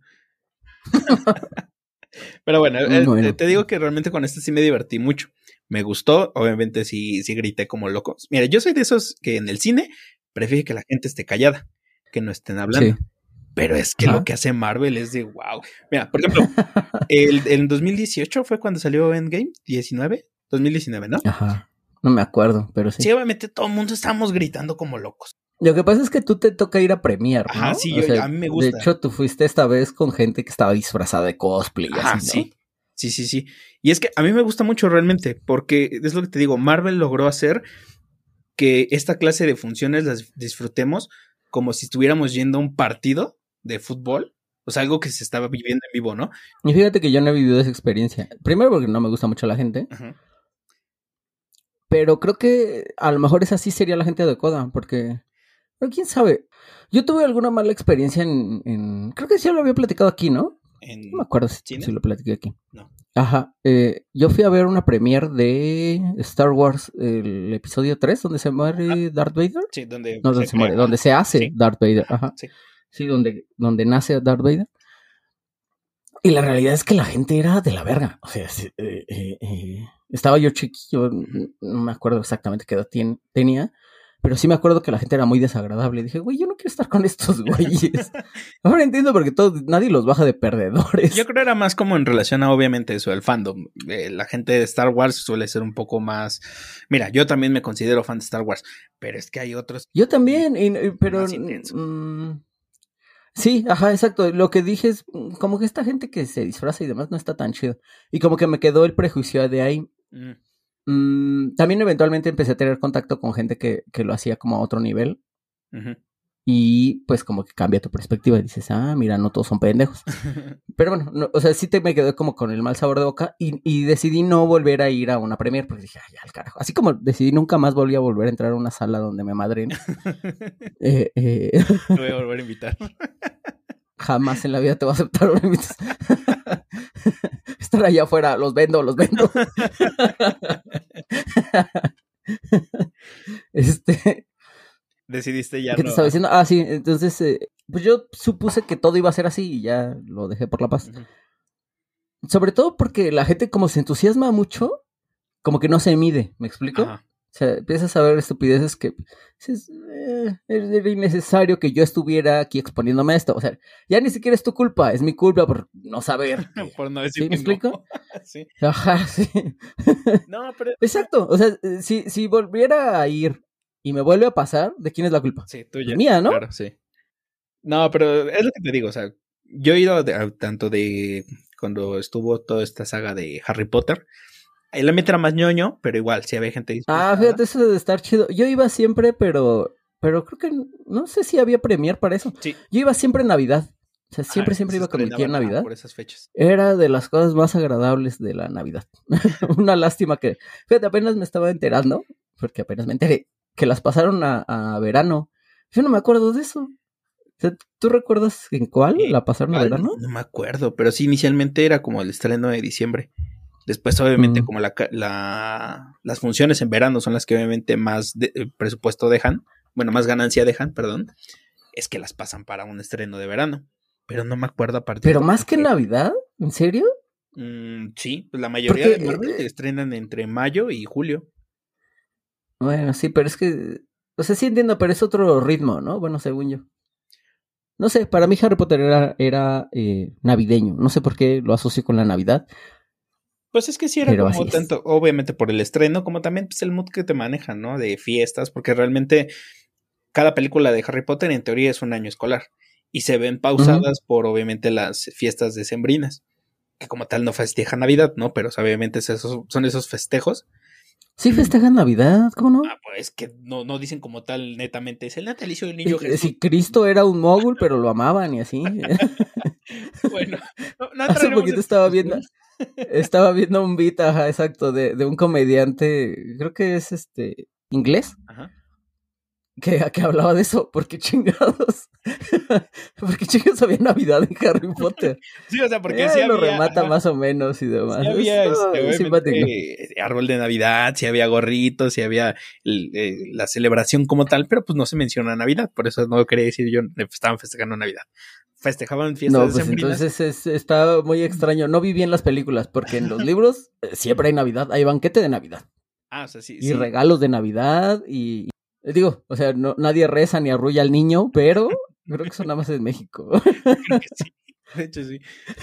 Pero bueno, te digo que realmente con este sí me divertí mucho. Me gustó, obviamente sí grité como loco. Mira, yo soy de esos que en el cine prefiere que la gente esté callada, que no estén hablando. Sí. Pero es que lo que hace Marvel es de wow. Mira, por ejemplo, en 2018 fue cuando salió Endgame, 2019, ¿no? Ajá, no me acuerdo, pero sí. Sí, obviamente todo el mundo estábamos gritando como locos. Lo que pasa es que tú te toca ir a premiar, ¿no? Ajá, sí, a mí me gusta. De hecho, tú fuiste esta vez con gente que estaba disfrazada de cosplay. Así, ¿no? Sí. Y es que a mí me gusta mucho realmente, porque es lo que te digo, Marvel logró hacer que esta clase de funciones las disfrutemos como si estuviéramos yendo a un partido de fútbol. O sea, algo que se estaba viviendo en vivo, ¿no? Y fíjate que yo no he vivido esa experiencia. Primero porque no me gusta mucho la gente. Ajá. Pero creo que a lo mejor esa sí sería la gente adecuada, porque... Pero quién sabe. Yo tuve alguna mala experiencia en... Creo que sí lo había platicado aquí, ¿no? No me acuerdo si lo platiqué aquí. No. Ajá. Yo fui a ver una premiere de Star Wars, el episodio 3, donde se muere Darth Vader. Sí, donde... No, donde se muere, donde se hace Darth Vader. Ajá. Sí, donde nace Darth Vader. Y la realidad es que la gente era de la verga. O sea, estaba yo chiquillo, no me acuerdo exactamente qué edad tenía. Pero sí me acuerdo que la gente era muy desagradable. Dije, güey, yo no quiero estar con estos güeyes. Ahora entiendo porque nadie los baja de perdedores. Yo creo que era más como en relación a, obviamente, eso, el fandom. La gente de Star Wars suele ser un poco más... Mira, yo también me considero fan de Star Wars, pero es que hay otros... Yo también, pero... más intensos. Sí, ajá, exacto. Lo que dije es como que esta gente que se disfraza y demás no está tan chido. Y como que me quedó el prejuicio de ahí. También eventualmente empecé a tener contacto con gente que lo hacía como a otro nivel. Uh-huh. Y pues como que cambia tu perspectiva y dices, mira, no todos son pendejos. Pero bueno, no, o sea, sí me quedé como con el mal sabor de boca y decidí no volver a ir a una premiere porque dije, ya al carajo. Así como decidí nunca más volví a volver a entrar a una sala donde me madren. Te voy a volver a invitar. Jamás en la vida te voy a aceptar una invitación. Estar allá afuera, los vendo. Decidiste ya ¿qué te estaba diciendo? Sí, entonces, pues yo supuse que todo iba a ser así y ya lo dejé por la paz. Uh-huh. Sobre todo porque la gente como se entusiasma mucho, como que no se mide, ¿me explico? Ajá. O sea, empiezas a ver estupideces que era innecesario que yo estuviera aquí exponiéndome a esto. O sea, ya ni siquiera es tu culpa, es mi culpa por no saber. Por no decir ¿sí me explico? No. Sí. Ajá, sí. No, pero... Exacto, o sea, si volviera a ir y me vuelve a pasar, ¿de quién es la culpa? Sí, tuya. Pues mía, ¿no? Claro, sí. No, pero es lo que te digo, o sea, yo he ido tanto de cuando estuvo toda esta saga de Harry Potter. El ambiente era más ñoño, pero igual, si había gente disfrutada. Fíjate, eso de estar chido. Yo iba siempre, pero creo que no sé si había premier para eso. Sí. Yo iba siempre en Navidad. O sea, siempre iba con mi tía en Navidad. Por esas fechas. Era de las cosas más agradables de la Navidad. Una lástima que, fíjate, apenas me estaba enterando, porque apenas me enteré, que las pasaron a verano. Yo no me acuerdo de eso. O sea, ¿tú recuerdas en cuál la pasaron a verano? No me acuerdo, pero sí, inicialmente era como el estreno de diciembre. Después, obviamente, como las funciones en verano son las que obviamente más presupuesto dejan, bueno, más ganancia dejan, perdón, es que las pasan para un estreno de verano. Pero no me acuerdo a partir ¿Pero más que Navidad? ¿En serio? Sí, pues la mayoría de Marvel estrenan entre mayo y julio. Bueno, sí, pero es que, o sea, sí entiendo, pero es otro ritmo, ¿no? Bueno, según yo. No sé, para mí Harry Potter era navideño. No sé por qué lo asocio con la Navidad. Pues es que sí era pero como tanto, obviamente por el estreno, como también pues el mood que te manejan, ¿no? De fiestas, porque realmente cada película de Harry Potter en teoría es un año escolar y se ven pausadas por obviamente las fiestas decembrinas, que como tal no festejan Navidad, ¿no? Pero obviamente son esos festejos. Sí festejan Navidad, ¿cómo no? Pues que no dicen como tal netamente, es el natalicio del niño Jesús. Si Cristo era un mogul, pero lo amaban y así. Bueno, no hace poquito estaba viendo un beat, exacto, de un comediante, creo que es inglés. Ajá. Que hablaba de eso, porque chingados había Navidad en Harry Potter. Sí, o sea, porque sí lo había, remata más o menos y demás. Sí había árbol de Navidad, sí había gorritos, sí había la celebración como tal, pero pues no se menciona Navidad, por eso no quería decir yo estaban festejando Navidad. Festejaban fiestas decembrinas. Entonces está muy extraño. No vi bien las películas, porque en los libros siempre hay Navidad, hay banquete de Navidad. O sea, sí. Y regalos de Navidad y digo, o sea, nadie reza ni arrulla al niño, pero creo que eso nada más es en México. Creo que sí, de hecho sí.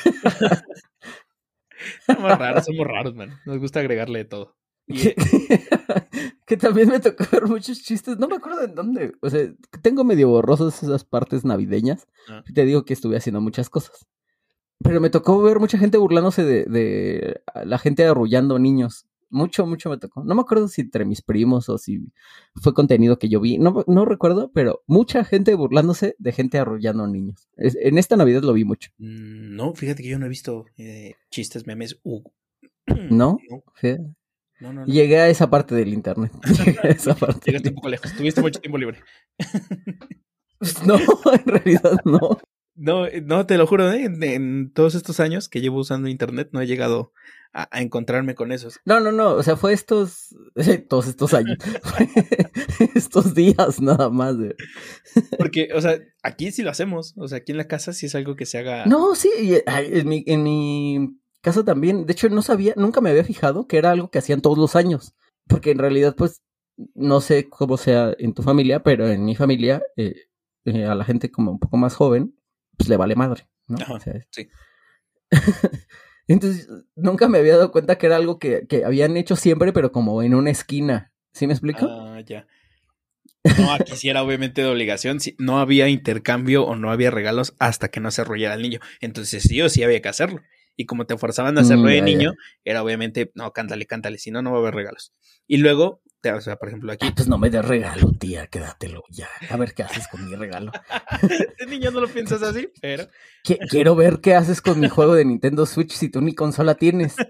Somos raros, man. Nos gusta agregarle de todo. Que también me tocó ver muchos chistes, no me acuerdo en dónde, o sea, tengo medio borrosos esas partes navideñas, te digo que estuve haciendo muchas cosas, pero me tocó ver mucha gente burlándose de la gente arrullando niños. Mucho me tocó. No me acuerdo si entre mis primos o si fue contenido que yo vi. No recuerdo, pero mucha gente burlándose de gente arrullando niños. En esta Navidad lo vi mucho. No, fíjate que yo no he visto chistes, memes. ¿No? No. Llegué a esa parte del internet. Llegaste un poco lejos. Tuviste mucho tiempo libre. No, en realidad no. No, te lo juro, en todos estos años que llevo usando internet no he llegado a encontrarme con esos. No, o sea, fue todos estos años, estos días nada más. Porque, o sea, aquí sí lo hacemos, o sea, aquí en la casa sí es algo que se haga. No, sí, en mi casa también, de hecho no sabía, nunca me había fijado que era algo que hacían todos los años, porque en realidad pues no sé cómo sea en tu familia, pero en mi familia, a la gente como un poco más joven, pues le vale madre, ¿no? Ajá, O sea, sí. entonces, nunca me había dado cuenta que era algo que habían hecho siempre, pero como en una esquina. ¿Sí me explico? Ah, ya. No, aquí sí era obviamente de obligación. No había intercambio o no había regalos hasta que no se arrullara el niño. Entonces sí o sí había que hacerlo. Y como te forzaban a hacerlo de Ya, niño, ya. era obviamente, no, cántale, cántale, si no, no va a haber regalos. Y luego, o sea, por ejemplo, Ah, aquí, pues no me des regalo, tía, quédatelo ya. A ver qué haces con mi regalo. de niño no lo piensas así, pero Quiero ver qué haces con mi juego de Nintendo Switch si tú ni consola tienes.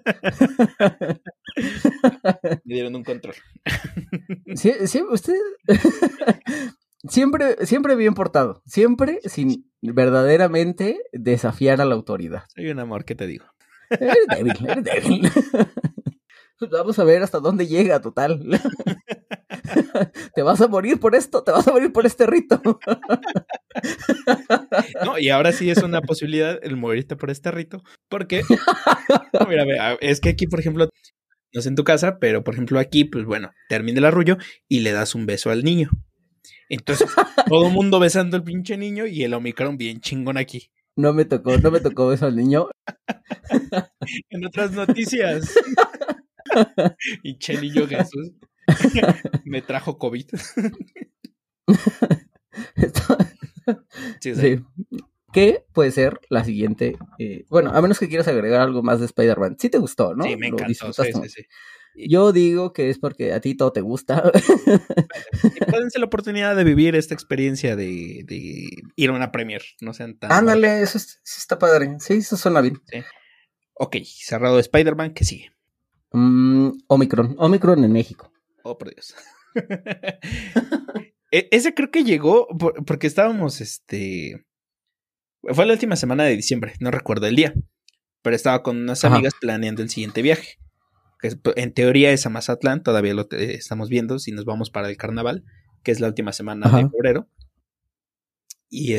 me dieron un control. Sí, sí, usted siempre bien portado, siempre sin verdaderamente desafiar a la autoridad. Soy un amor, ¿qué te digo? Eres débil, eres débil. Pues vamos a ver hasta dónde llega, total. Te vas a morir por esto, te vas a morir por este rito. No, y ahora sí es una posibilidad el morirte por este rito, porque, no, mira, es que aquí, por ejemplo, no sé en tu casa, pero por ejemplo aquí, pues bueno, termina el arrullo y le das un beso al niño. Entonces, todo el mundo besando al pinche niño y el Omicron bien chingón aquí. No me tocó eso al niño. En otras noticias, y che niño Jesús me trajo COVID. Sí, o sea, Sí. ¿Qué puede ser la siguiente? Bueno, a menos que quieras agregar algo más de Spider-Man. Sí te gustó, ¿no? sí, me Lo encantó, disfrutaste sí, sí, mucho. sí. Y Yo digo que es porque a ti todo te gusta. dense la oportunidad de vivir esta experiencia de ir a una premier, no sean tan Ándale, marcas. eso está padre. Sí, eso suena bien. Sí. Ok, cerrado Spider-Man, ¿qué sigue? Omicron en México. Oh, por Dios. Ese creo que llegó porque estábamos, fue la última semana de diciembre, no recuerdo el día, pero estaba con unas Ajá. amigas planeando el siguiente viaje, que en teoría es a Mazatlán, todavía lo estamos viendo si nos vamos para el carnaval, que es la última semana de Ajá. febrero. Y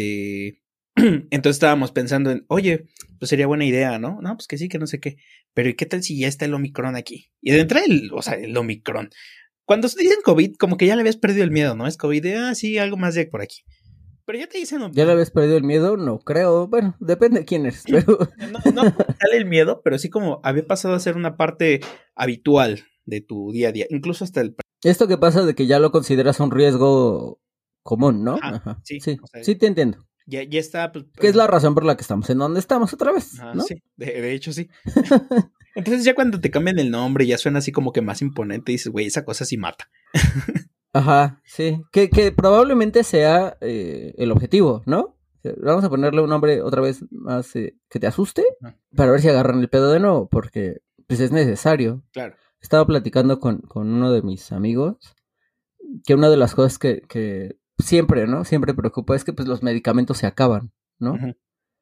entonces estábamos pensando en, oye, pues sería buena idea, ¿no? No, pues que sí, que no sé qué. Pero ¿y qué tal si ya está el Omicron aquí? Y de entrada, el Omicron. Cuando se dicen COVID, como que ya le habías perdido el miedo, ¿no? Es COVID de, sí, algo más de por aquí. Pero ya te dicen... ¿Ya le habías perdido el miedo? No creo. Bueno, depende de quién eres. Pero... No sale el miedo, pero sí como había pasado a ser una parte habitual de tu día a día. Incluso hasta el... Esto que pasa de que ya lo consideras un riesgo común, ¿no? Ajá, sí. Sí, O sea, sí te entiendo. ya está... Pues, Que es la razón por la que estamos en donde estamos otra vez, ¿no? Sí, de hecho sí. Entonces ya cuando te cambian el nombre ya suena así como que más imponente y dices, güey, esa cosa sí mata. Ajá, sí. Que probablemente sea el objetivo, ¿no? Vamos a ponerle un nombre otra vez más que te asuste para ver si agarran el pedo de nuevo, porque pues es necesario. Claro. Estaba platicando con uno de mis amigos que una de las cosas que siempre, ¿no? Siempre preocupa es que pues los medicamentos se acaban, ¿no? Uh-huh.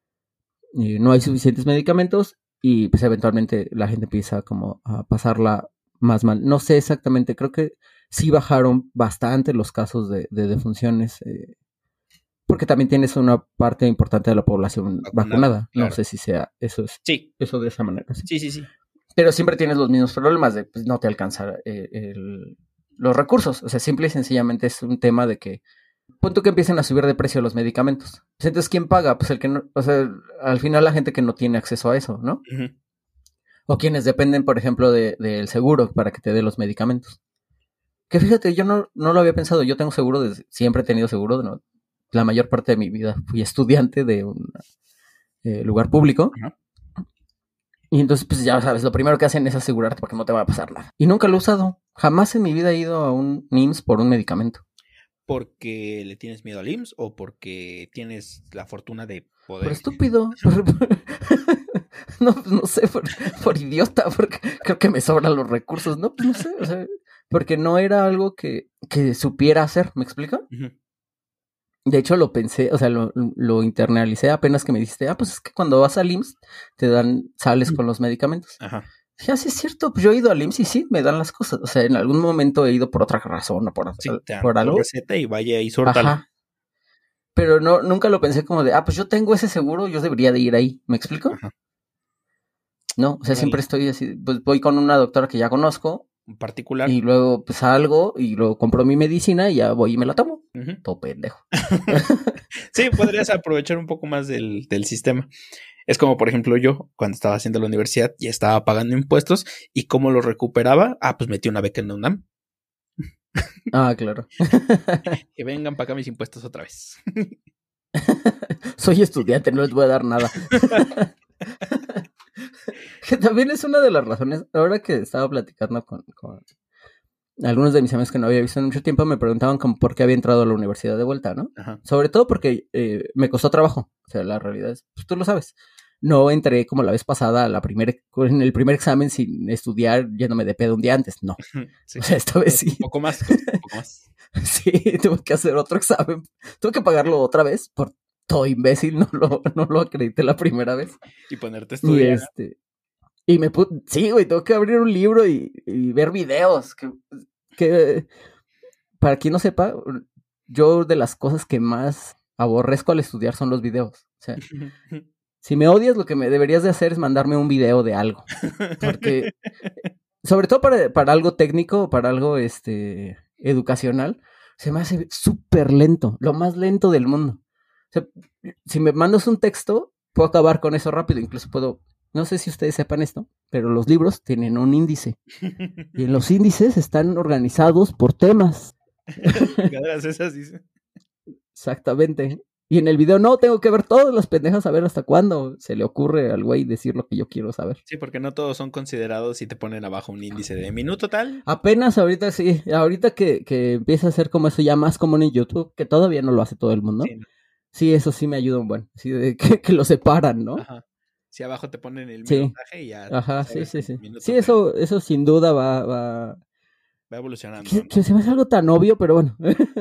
Y no hay suficientes medicamentos y pues eventualmente la gente empieza como a pasarla más mal. No sé exactamente, creo que sí bajaron bastante los casos de defunciones, porque también tienes una parte importante de la población vacunada. Claro. No sé si sea eso de esa manera. Sí. Pero siempre tienes los mismos problemas de pues no te alcanza los recursos. O sea, simple y sencillamente es un tema de que punto que empiecen a subir de precio los medicamentos. Entonces, ¿quién paga? Pues el que no, o sea, al final la gente que no tiene acceso a eso, ¿no? Uh-huh. O quienes dependen, por ejemplo, del seguro para que te dé los medicamentos. Que fíjate, yo no lo había pensado. Yo tengo seguro, siempre he tenido seguro. ¿No? La mayor parte de mi vida fui estudiante de un lugar público. Uh-huh. Y entonces, pues ya sabes, lo primero que hacen es asegurarte porque no te va a pasar nada. Y nunca lo he usado. Jamás en mi vida he ido a un IMSS por un medicamento. ¿Porque le tienes miedo al IMSS o porque tienes la fortuna de poder? Por estúpido. No sé, por idiota, porque creo que me sobran los recursos. No, pues no sé, o sea, porque no era algo que supiera hacer, ¿me explico? Uh-huh. De hecho, lo pensé, o sea, lo internalicé apenas que me dijiste, pues es que cuando vas al IMSS te sales con los medicamentos. Ajá. Ya, sí es cierto, pues yo he ido al IMSS y sí, me dan las cosas. O sea, en algún momento he ido por otra razón o por algo. Receta y vaya y sórtalo. Ajá. Pero nunca lo pensé como de, pues yo tengo ese seguro, yo debería de ir ahí. ¿Me explico? Ajá. No, o sea, siempre estoy así, pues voy con una doctora que ya conozco particular. Y luego pues salgo y luego compro mi medicina y ya voy y me la tomo. Todo pendejo. Sí, podrías aprovechar un poco más del sistema. Es como, por ejemplo, yo, cuando estaba haciendo la universidad, ya estaba pagando impuestos, y ¿cómo lo recuperaba? Pues metí una beca en la UNAM. Ah, claro. Que vengan para acá mis impuestos otra vez. Soy estudiante, no les voy a dar nada. Que también es una de las razones, ahora que estaba platicando con algunos de mis amigos que no había visto en mucho tiempo, me preguntaban como por qué había entrado a la universidad de vuelta, ¿no? Ajá. Sobre todo porque me costó trabajo. O sea, la realidad es, pues tú lo sabes. No entré como la vez pasada en el primer examen sin estudiar, yéndome de pedo un día antes. No. Sí. O sea, esta vez sí. Un poco más. Sí, tuve que hacer otro examen. Tuve que pagarlo otra vez por todo imbécil. No lo acredité la primera vez. Y ponerte a estudiar. Sí, güey, tengo que abrir un libro y ver videos. Que para quien no sepa, yo de las cosas que más aborrezco al estudiar son los videos. O sea, si me odias, lo que me deberías de hacer es mandarme un video de algo. Porque, sobre todo para algo técnico, para algo educacional, se me hace súper lento, lo más lento del mundo. O sea, si me mandas un texto, puedo acabar con eso rápido, incluso puedo... No sé si ustedes sepan esto, pero los libros tienen un índice. Y en los índices están organizados por temas. Esas, dice. Exactamente. Y en el video no, tengo que ver todas las pendejas a ver hasta cuándo se le ocurre al güey decir lo que yo quiero saber. Sí, porque no todos son considerados y te ponen abajo un índice de minuto tal. Apenas ahorita sí, ahorita que empieza a ser como eso ya más común en YouTube, que todavía no lo hace todo el mundo. Sí, no. Sí, eso sí me ayuda un buen. Sí, de que lo separan, ¿no? Ajá. Si abajo te ponen el minutaje y ya. Ajá, sí. Sí, eso sin duda va evolucionando. Que se me hace algo tan obvio, pero bueno.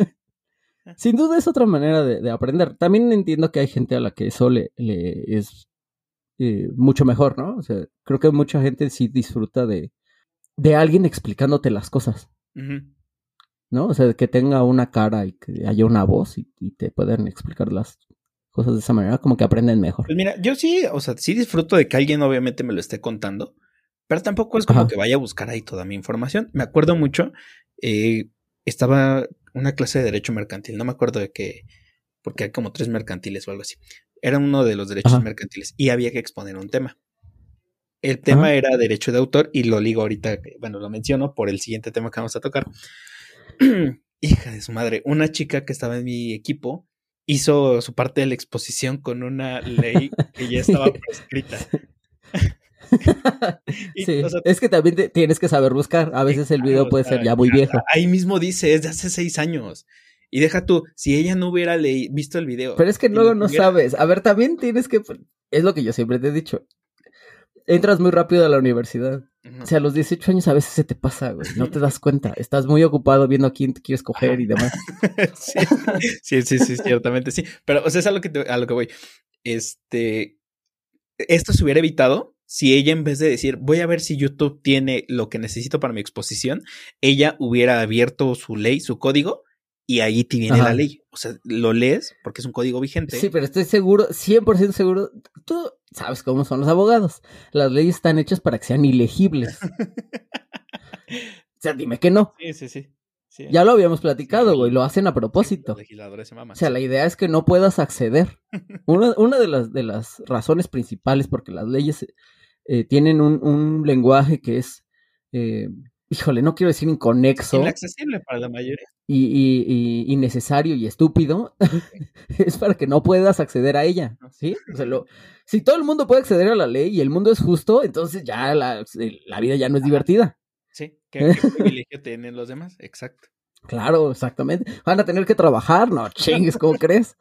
Sin duda es otra manera de aprender. También entiendo que hay gente a la que eso le es mucho mejor, ¿no? O sea, creo que mucha gente sí disfruta de alguien explicándote las cosas. ¿No? O sea, que tenga una cara y que haya una voz y te puedan explicar las cosas de esa manera, como que aprenden mejor. Pues mira, yo sí, o sea, sí disfruto de que alguien obviamente me lo esté contando, pero tampoco es como que vaya a buscar ahí toda mi información. Me acuerdo mucho, estaba una clase de derecho mercantil, no me acuerdo de qué, porque hay como 3 mercantiles o algo así. Era uno de los derechos mercantiles y había que exponer un tema. El tema era derecho de autor y lo ligo ahorita, bueno, lo menciono por el siguiente tema que vamos a tocar. Hija de su madre, una chica que estaba en mi equipo hizo su parte de la exposición con una ley que ya estaba prescrita. Sí, o sea, es que también tienes que saber buscar. A veces el video puede ser ya muy viejo. Ahí mismo dice, es de hace 6 años. Y deja tú, si ella no hubiera visto el video. Pero es que luego no sabes. A ver, también tienes que... Es lo que yo siempre te he dicho. Entras muy rápido a la universidad. O sea, a los 18 años a veces se te pasa, güey. No te das cuenta. Estás muy ocupado viendo a quién te quieres coger y demás. Sí, ciertamente sí. Pero, o sea, es a lo que voy. Esto se hubiera evitado si ella, en vez de decir, voy a ver si YouTube tiene lo que necesito para mi exposición, ella hubiera abierto su ley, su código, y ahí te viene la ley. O sea, lo lees porque es un código vigente. Sí, pero estoy seguro, 100% seguro. Tú sabes cómo son los abogados. Las leyes están hechas para que sean ilegibles. O sea, dime que no. Sí. Ya lo habíamos platicado, güey. Lo hacen a propósito. Los legisladores se maman. O sea, la idea es que no puedas acceder. Una de las razones principales porque las leyes tienen un lenguaje que es... híjole, no quiero decir inconexo. Inaccesible para la mayoría. Y innecesario y estúpido, es para que no puedas acceder a ella, ¿sí? O sea, si todo el mundo puede acceder a la ley y el mundo es justo, entonces ya la vida ya no es divertida. Sí, ¿qué privilegio tienen los demás? Exacto. Claro, exactamente. Van a tener que trabajar, no chingues, ¿cómo crees?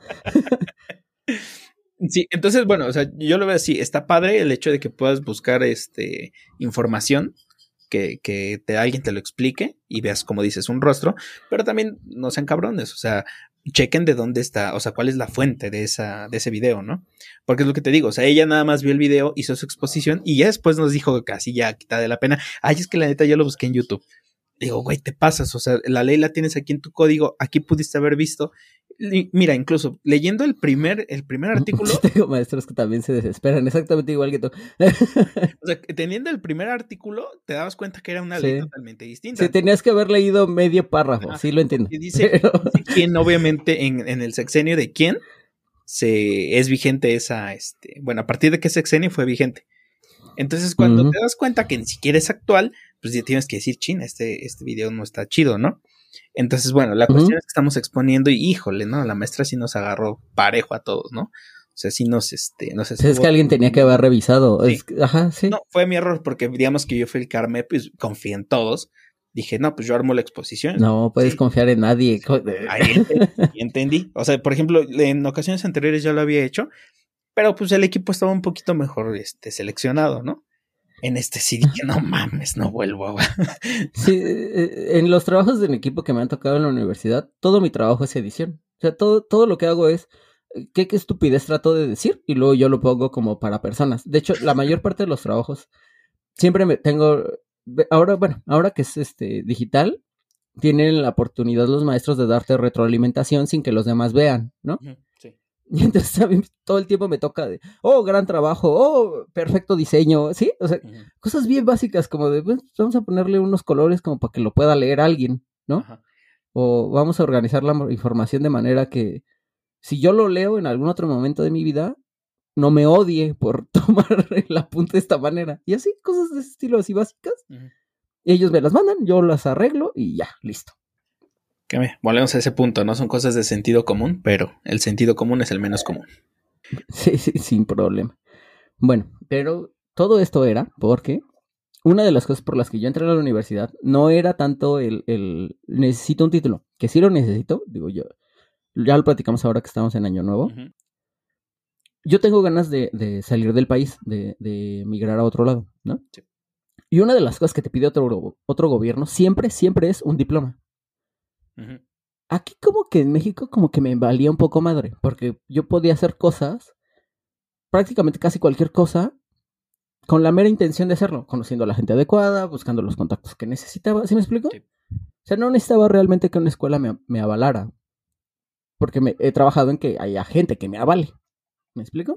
Sí, entonces, bueno, o sea, yo lo veo así, está padre el hecho de que puedas buscar información, que alguien te lo explique y veas, como dices, un rostro, pero también no sean cabrones, o sea, chequen de dónde está, o sea, cuál es la fuente de ese video, ¿no? Porque es lo que te digo, o sea, ella nada más vio el video, hizo su exposición y ya después nos dijo casi ya quita de la pena, ay, es que la neta ya lo busqué en YouTube. Digo, güey, te pasas, o sea, la ley la tienes aquí en tu código, aquí pudiste haber visto, Mira, incluso leyendo el primer artículo. Sí, tengo maestros que también se desesperan, exactamente igual que tú. O sea, teniendo el primer artículo, te dabas cuenta que era una ley totalmente distinta. Sí, tenías que haber leído medio párrafo, sí lo entiendo. Y dice quién, obviamente, en el sexenio de quién es vigente esa, bueno, a partir de qué sexenio fue vigente. Entonces, cuando te das cuenta que ni siquiera es actual, pues ya tienes que decir, china, este video no está chido, ¿no? Entonces, bueno, la cuestión es que estamos exponiendo y, híjole, ¿no? La maestra sí nos agarró parejo a todos, ¿no? O sea, sí nos es que alguien tenía que haber revisado. Sí. Ajá, sí. No, fue mi error porque digamos que yo fui el que armé, pues confié en todos. Dije, no, pues yo armo la exposición. No puedes confiar en nadie. Ahí entendí. O sea, por ejemplo, en ocasiones anteriores ya lo había hecho, pero pues el equipo estaba un poquito mejor seleccionado, ¿no? En sí dije, no mames, no vuelvo a... Sí, en los trabajos en equipo que me han tocado en la universidad, todo mi trabajo es edición. O sea, todo lo que hago es qué estupidez trato de decir y luego yo lo pongo como para personas. De hecho, la mayor parte de los trabajos siempre me tengo... Ahora que es digital, tienen la oportunidad los maestros de darte retroalimentación sin que los demás vean, ¿no? Sí. Y entonces a mí todo el tiempo me toca de, gran trabajo, perfecto diseño, ¿sí? O sea, cosas bien básicas como de, pues, vamos a ponerle unos colores como para que lo pueda leer alguien, ¿no? Ajá. O vamos a organizar la información de manera que si yo lo leo en algún otro momento de mi vida, no me odie por tomar el apunte de esta manera. Y así, cosas de ese estilo así básicas. Ellos me las mandan, yo las arreglo y ya, listo. Volvemos a ese punto, ¿no? Son cosas de sentido común, pero el sentido común es el menos común. Sí, sin problema. Bueno, pero todo esto era porque una de las cosas por las que yo entré a la universidad no era tanto el necesito un título, que sí lo necesito, digo yo, ya lo platicamos ahora que estamos en Año Nuevo. Yo tengo ganas de salir del país, de migrar a otro lado, ¿no? Sí. Y una de las cosas que te pide otro gobierno siempre es un diploma. Aquí como que en México como que me valía un poco madre, porque yo podía hacer cosas, prácticamente casi cualquier cosa, con la mera intención de hacerlo, conociendo a la gente adecuada, buscando los contactos que necesitaba, ¿sí me explico? Sí. O sea, no necesitaba realmente que una escuela me avalara, porque he trabajado en que haya gente que me avale, ¿me explico?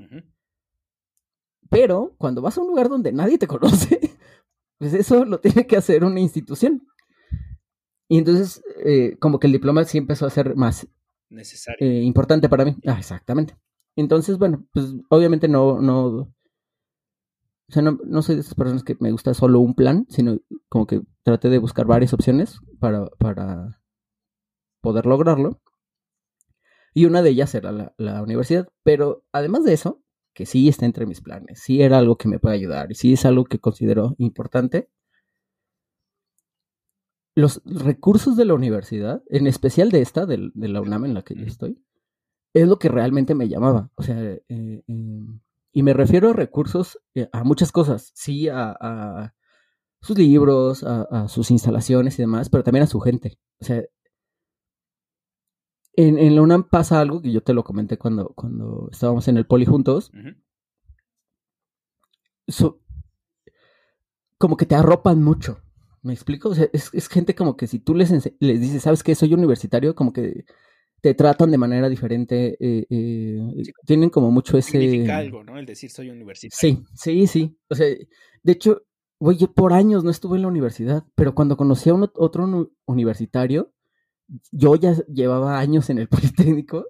Pero cuando vas a un lugar donde nadie te conoce, pues eso lo tiene que hacer una institución. Y entonces, como que el diploma sí empezó a ser más necesario, importante para mí. Exactamente. Entonces, bueno, pues obviamente no soy de esas personas que me gusta solo un plan, sino como que traté de buscar varias opciones para poder lograrlo. Y una de ellas era la universidad. Pero además de eso, que sí está entre mis planes, sí era algo que me puede ayudar y sí es algo que considero importante. Los recursos de la universidad, en especial de esta, de la UNAM en la que yo estoy, es lo que realmente me llamaba. O sea, y me refiero a recursos, a muchas cosas. Sí, a sus libros, a sus instalaciones y demás, pero también a su gente. O sea, en la UNAM pasa algo que yo te lo comenté cuando estábamos en el poli juntos. Como que te arropan mucho. ¿Me explico? O sea, es gente como que si tú les dices, ¿sabes qué? Soy universitario, como que te tratan de manera diferente. Sí, tienen como mucho ese... Significa algo, ¿no? El decir soy universitario. Sí. O sea, de hecho, güey, yo por años no estuve en la universidad, pero cuando conocí a otro universitario, yo ya llevaba años en el Politécnico,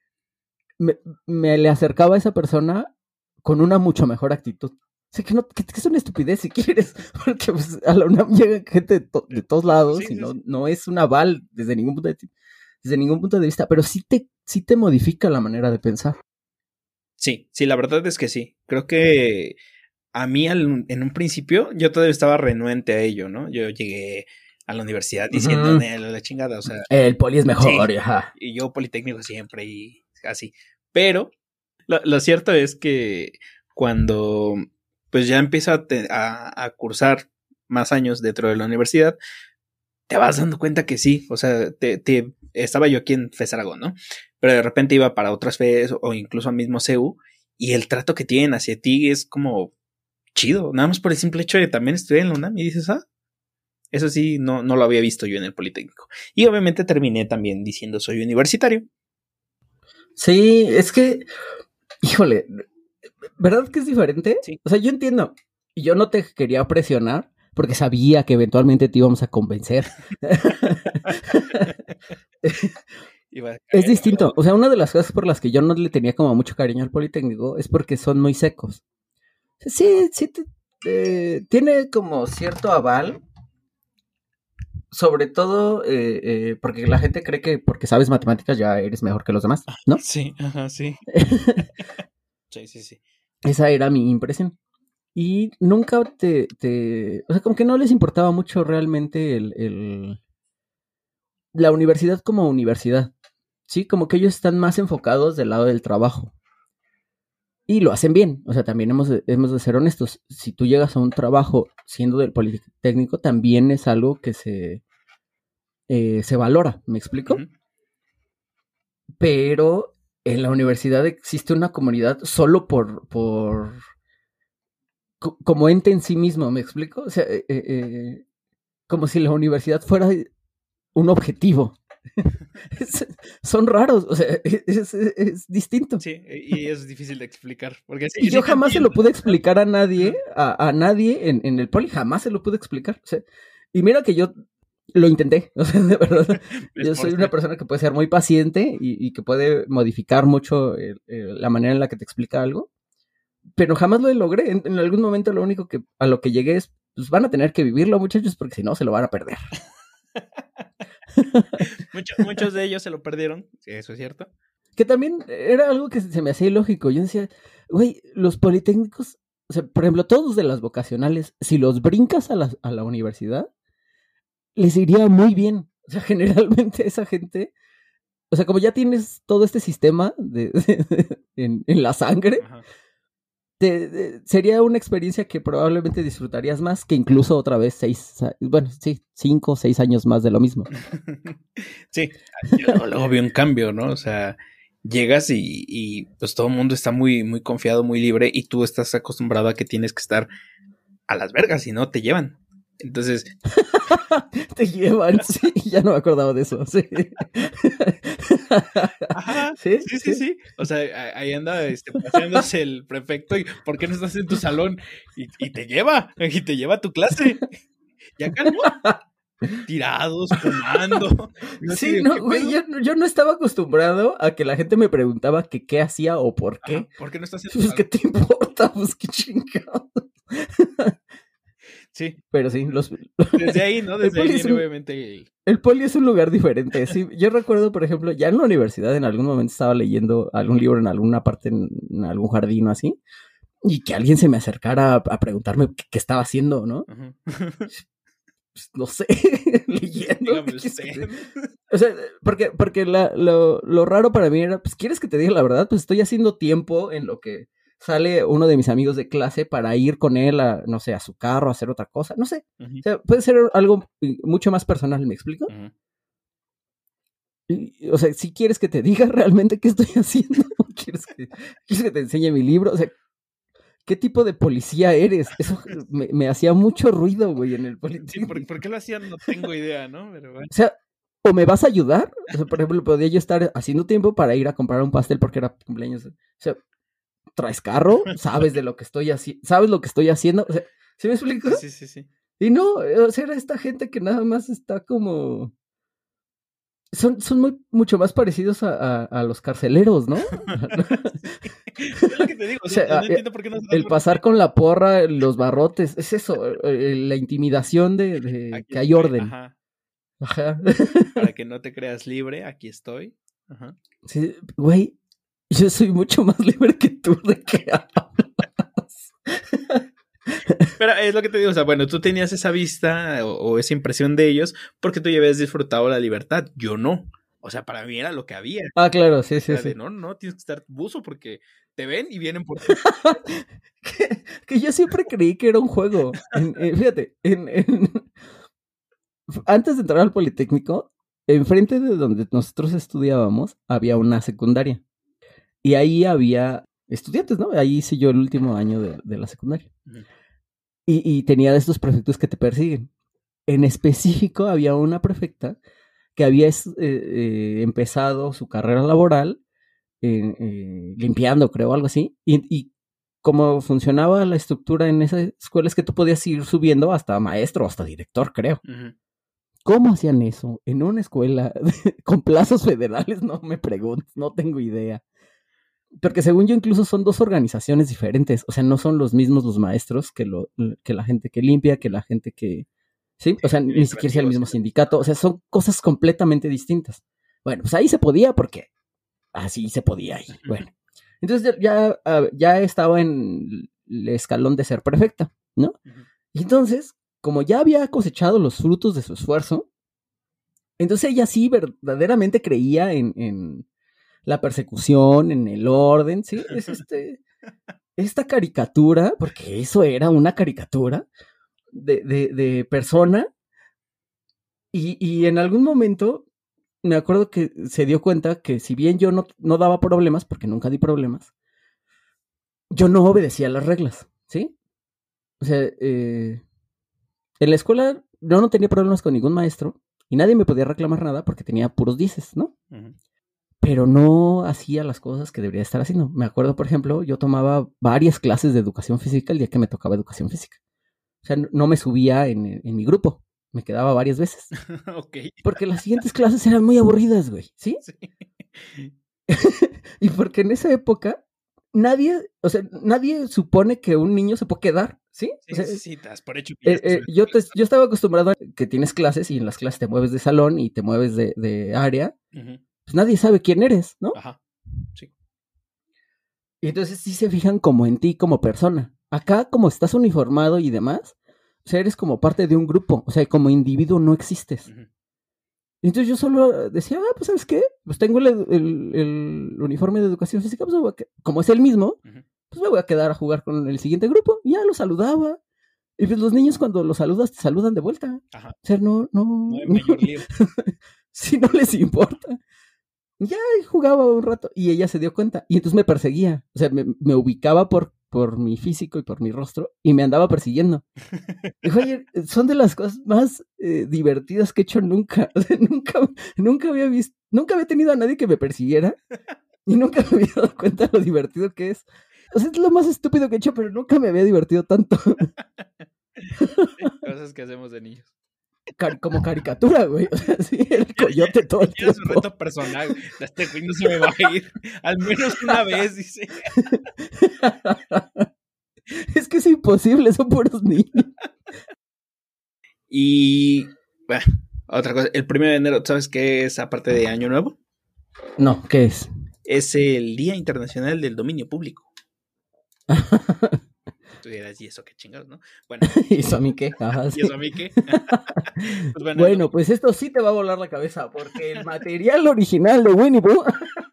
me le acercaba a esa persona con una mucho mejor actitud. O sea, que es una estupidez si quieres, porque pues, a la UNAM llega gente de todos lados y no es un aval desde ningún punto de vista, pero sí te modifica la manera de pensar. Sí, la verdad es que sí. Creo que a mí en un principio yo todavía estaba renuente a ello, ¿no? Yo llegué a la universidad diciendo, la chingada, o sea... El poli es mejor, ajá. Y yo Politécnico siempre y así. Pero lo cierto es que cuando... pues ya empieza a cursar más años dentro de la universidad, te vas dando cuenta que sí, o sea, estaba yo aquí en FES Aragón, ¿no? Pero de repente iba para otras FES o incluso al mismo CEU y el trato que tienen hacia ti es como chido, nada más por el simple hecho de también estudiar en la UNAM y dices, eso sí, no lo había visto yo en el Politécnico. Y obviamente terminé también diciendo soy universitario, Sí, es que, híjole, ¿verdad que es diferente? Sí. O sea, yo entiendo, y yo no te quería presionar porque sabía que eventualmente te íbamos a convencer. Iba a Es caer. distinto. O sea, una de las cosas por las que yo no le tenía como mucho cariño al Politécnico es porque son muy secos. Sí, sí, tiene como cierto aval, sobre todo porque la gente cree que porque sabes matemáticas ya eres mejor que los demás, ¿no? Sí, ajá, sí. Sí, sí, sí. Esa era mi impresión. Y nunca o sea, como que no les importaba mucho realmente la universidad como universidad. Sí, como que ellos están más enfocados del lado del trabajo. Y lo hacen bien. O sea, también hemos de ser honestos. Si tú llegas a un trabajo siendo del Politécnico, también es algo que se valora. ¿Me explico? Ujú. Pero en la universidad existe una comunidad solo como ente en sí mismo. ¿Me explico? O sea, como si la universidad fuera un objetivo. Son raros, o sea, es distinto. Sí, y es difícil de explicar. Porque sí, Y sí yo te jamás se entiendo. lo pude explicar a nadie, Ajá. a nadie en el poli, jamás se lo pude explicar. O sea, y mira que yo lo intenté, o sea, de verdad, Me yo soy esforcé. una persona que puede ser muy paciente y que puede modificar mucho la manera en la que te explica algo, pero jamás lo logré. En algún momento lo único que a lo que llegué es, pues van a tener que vivirlo, muchachos, porque si no se lo van a perder. Muchos de ellos se lo perdieron, sí, eso es cierto. Que también era algo que se me hacía ilógico. Yo decía, güey, los politécnicos, o sea, por ejemplo, todos de las vocacionales, si los brincas a la universidad, les iría muy bien. O sea, generalmente esa gente, o sea, como ya tienes todo este sistema en la sangre, Ajá. sería una experiencia que probablemente disfrutarías más que incluso otra vez 5 o 6 años más de lo mismo. Sí, luego vi un cambio, ¿no? O sea, llegas y pues todo el mundo está muy, muy confiado, muy libre y tú estás acostumbrado a que tienes que estar a las vergas, si no te llevan. Entonces, te llevan, sí, ya no me acordaba de eso, sí. ajá, ¿Sí? sí, sí, ¿Sí? sí. O sea, ahí anda paseándose el prefecto y ¿por qué no estás en tu salón? Y te lleva a tu clase. Y acá no, tirados, fumando. Yo así Sí, de, no, ¿qué güey, pedo? yo no estaba acostumbrado a que la gente me preguntaba que qué hacía o por Ajá, qué. ¿por qué no estás en tu Pues, ¿qué salón? te importa? Pues, qué chingado. Sí, Pero sí, desde ahí, ¿no? el Desde ahí poli es viene un, obviamente el poli es un lugar diferente. Sí, yo recuerdo, por ejemplo, ya en la universidad en algún momento estaba leyendo algún libro en alguna parte, en algún jardín o así, y que alguien se me acercara a preguntarme qué estaba haciendo, ¿no? Ajá. Pues, no sé, leyendo. Dígame usted. O sea, porque lo raro para mí era, pues, ¿quieres que te diga la verdad? Pues estoy haciendo tiempo en lo que sale uno de mis amigos de clase para ir con él a, no sé, a su carro, a hacer otra cosa, no sé. Ujú, O sea, puede ser algo mucho más personal, ¿me explico? ujú. O sea, si quieres que te diga realmente qué estoy haciendo, quieres que te enseñe mi libro, o sea, ¿qué tipo de policía eres? Eso me hacía mucho ruido, güey, en el Sí, Politécnico. ¿por qué lo hacían? No tengo idea, ¿no? Pero bueno. O sea, o me vas a ayudar, o sea, por ejemplo, podría yo estar haciendo tiempo para ir a comprar un pastel porque era cumpleaños. O sea, traes carro, sabes de lo que estoy haciendo, sabes lo que estoy haciendo. O sea, ¿sí me explico? Sí, sí, sí, sí. Y no, o sea, era esta gente que nada más está como. Son mucho más parecidos a los carceleros, ¿no? Sí. Es lo que te digo, O o sea, sea, no entiendo por qué no se dan el pasar con la porra, los barrotes, es eso, la intimidación de aquí que hay estoy, orden. ajá. Ajá. Para que no te creas libre, aquí estoy. Ajá. Sí, güey, yo soy mucho más libre que tú, ¿de qué hablas? Pero es lo que te digo, o sea, bueno, tú tenías esa vista o esa impresión de ellos porque tú ya habías disfrutado la libertad. Yo no. O sea, para mí era lo que había. Ah, claro, sí, sí, Era de sí. no, tienes que estar buzo porque te ven y vienen por ti. que yo siempre creí que era un juego. Fíjate, antes de entrar al Politécnico, enfrente de donde nosotros estudiábamos, había una secundaria. Y ahí había estudiantes, ¿no? Ahí hice yo el último año de la secundaria. Ujú. Y tenía de estos prefectos que te persiguen. En específico, había una prefecta que había empezado su carrera laboral limpiando, creo, algo así. Y como funcionaba la estructura en esa escuela es que tú podías ir subiendo hasta maestro, hasta director, creo. Ujú. ¿Cómo hacían eso en una escuela con plazos federales? No me pregunto, no tengo idea. Porque según yo incluso son dos organizaciones diferentes, o sea, no son los mismos los maestros que la gente que limpia, que la gente que... Sí, o sea, ni siquiera es el mismo sindicato, o sea, son cosas completamente distintas. Bueno, pues ahí se podía porque así se podía ahí. Bueno, entonces ya estaba en el escalón de ser perfecta, ¿no? Y entonces, como ya había cosechado los frutos de su esfuerzo, entonces ella sí verdaderamente creía en la persecución, en el orden, ¿sí? Es esta caricatura, porque eso era una caricatura de persona, y en algún momento me acuerdo que se dio cuenta que si bien yo no daba problemas, porque nunca di problemas, yo no obedecía las reglas, ¿sí? O sea, en la escuela yo no tenía problemas con ningún maestro y nadie me podía reclamar nada porque tenía puros dieces, ¿no? Uh-huh. Pero no hacía las cosas que debería estar haciendo. Me acuerdo, por ejemplo, yo tomaba varias clases de educación física el día que me tocaba educación física. O sea, no me subía en mi grupo. Me quedaba varias veces. Okay. Porque las siguientes clases eran muy aburridas, güey. ¿Sí? Sí. Y porque en esa época nadie supone que un niño se puede quedar, ¿sí? Sí, o sea, sí, estás por hecho. Yo estaba acostumbrado a que tienes clases y en las clases te mueves de salón y te mueves de área. Uh-huh. Pues nadie sabe quién eres, ¿no? Ajá, sí. Y entonces sí se fijan como en ti como persona. Acá, como estás uniformado y demás, o sea, eres como parte de un grupo. O sea, como individuo no existes. Uh-huh. Y entonces yo solo decía, pues ¿sabes qué? Pues tengo el uniforme de educación física, pues como es el mismo, uh-huh, pues me voy a quedar a jugar con el siguiente grupo. Y ya lo saludaba. Y pues los niños cuando los saludas, te saludan de vuelta. Ajá. O sea, no hay mayor lío. Si no les importa. Ya jugaba un rato y ella se dio cuenta y entonces me perseguía. O sea, me ubicaba por mi físico y por mi rostro y me andaba persiguiendo. Dijo, oye, son de las cosas más divertidas que he hecho nunca. O sea, nunca había tenido a nadie que me persiguiera y nunca me había dado cuenta de lo divertido que es. O sea, es lo más estúpido que he hecho, pero nunca me había divertido tanto. Cosas que hacemos de niños. Como caricatura, güey. O sea, sí, el coyote todo el tiempo. Es un reto personal. Este güey no se me va a ir. Al menos una vez, dice. Es que es imposible, son puros niños. Y, bueno, otra cosa. El 1 de enero, ¿sabes qué es aparte de Año Nuevo? No, ¿qué es? Es el Día Internacional del Dominio Público. Tú dirás, ¿y eso qué chingados, no? Bueno. ¿Y eso a mí qué? Ajá, sí. ¿Y eso a mí qué? Pues bueno, pues esto sí te va a volar la cabeza, porque el material original de Winnie Pooh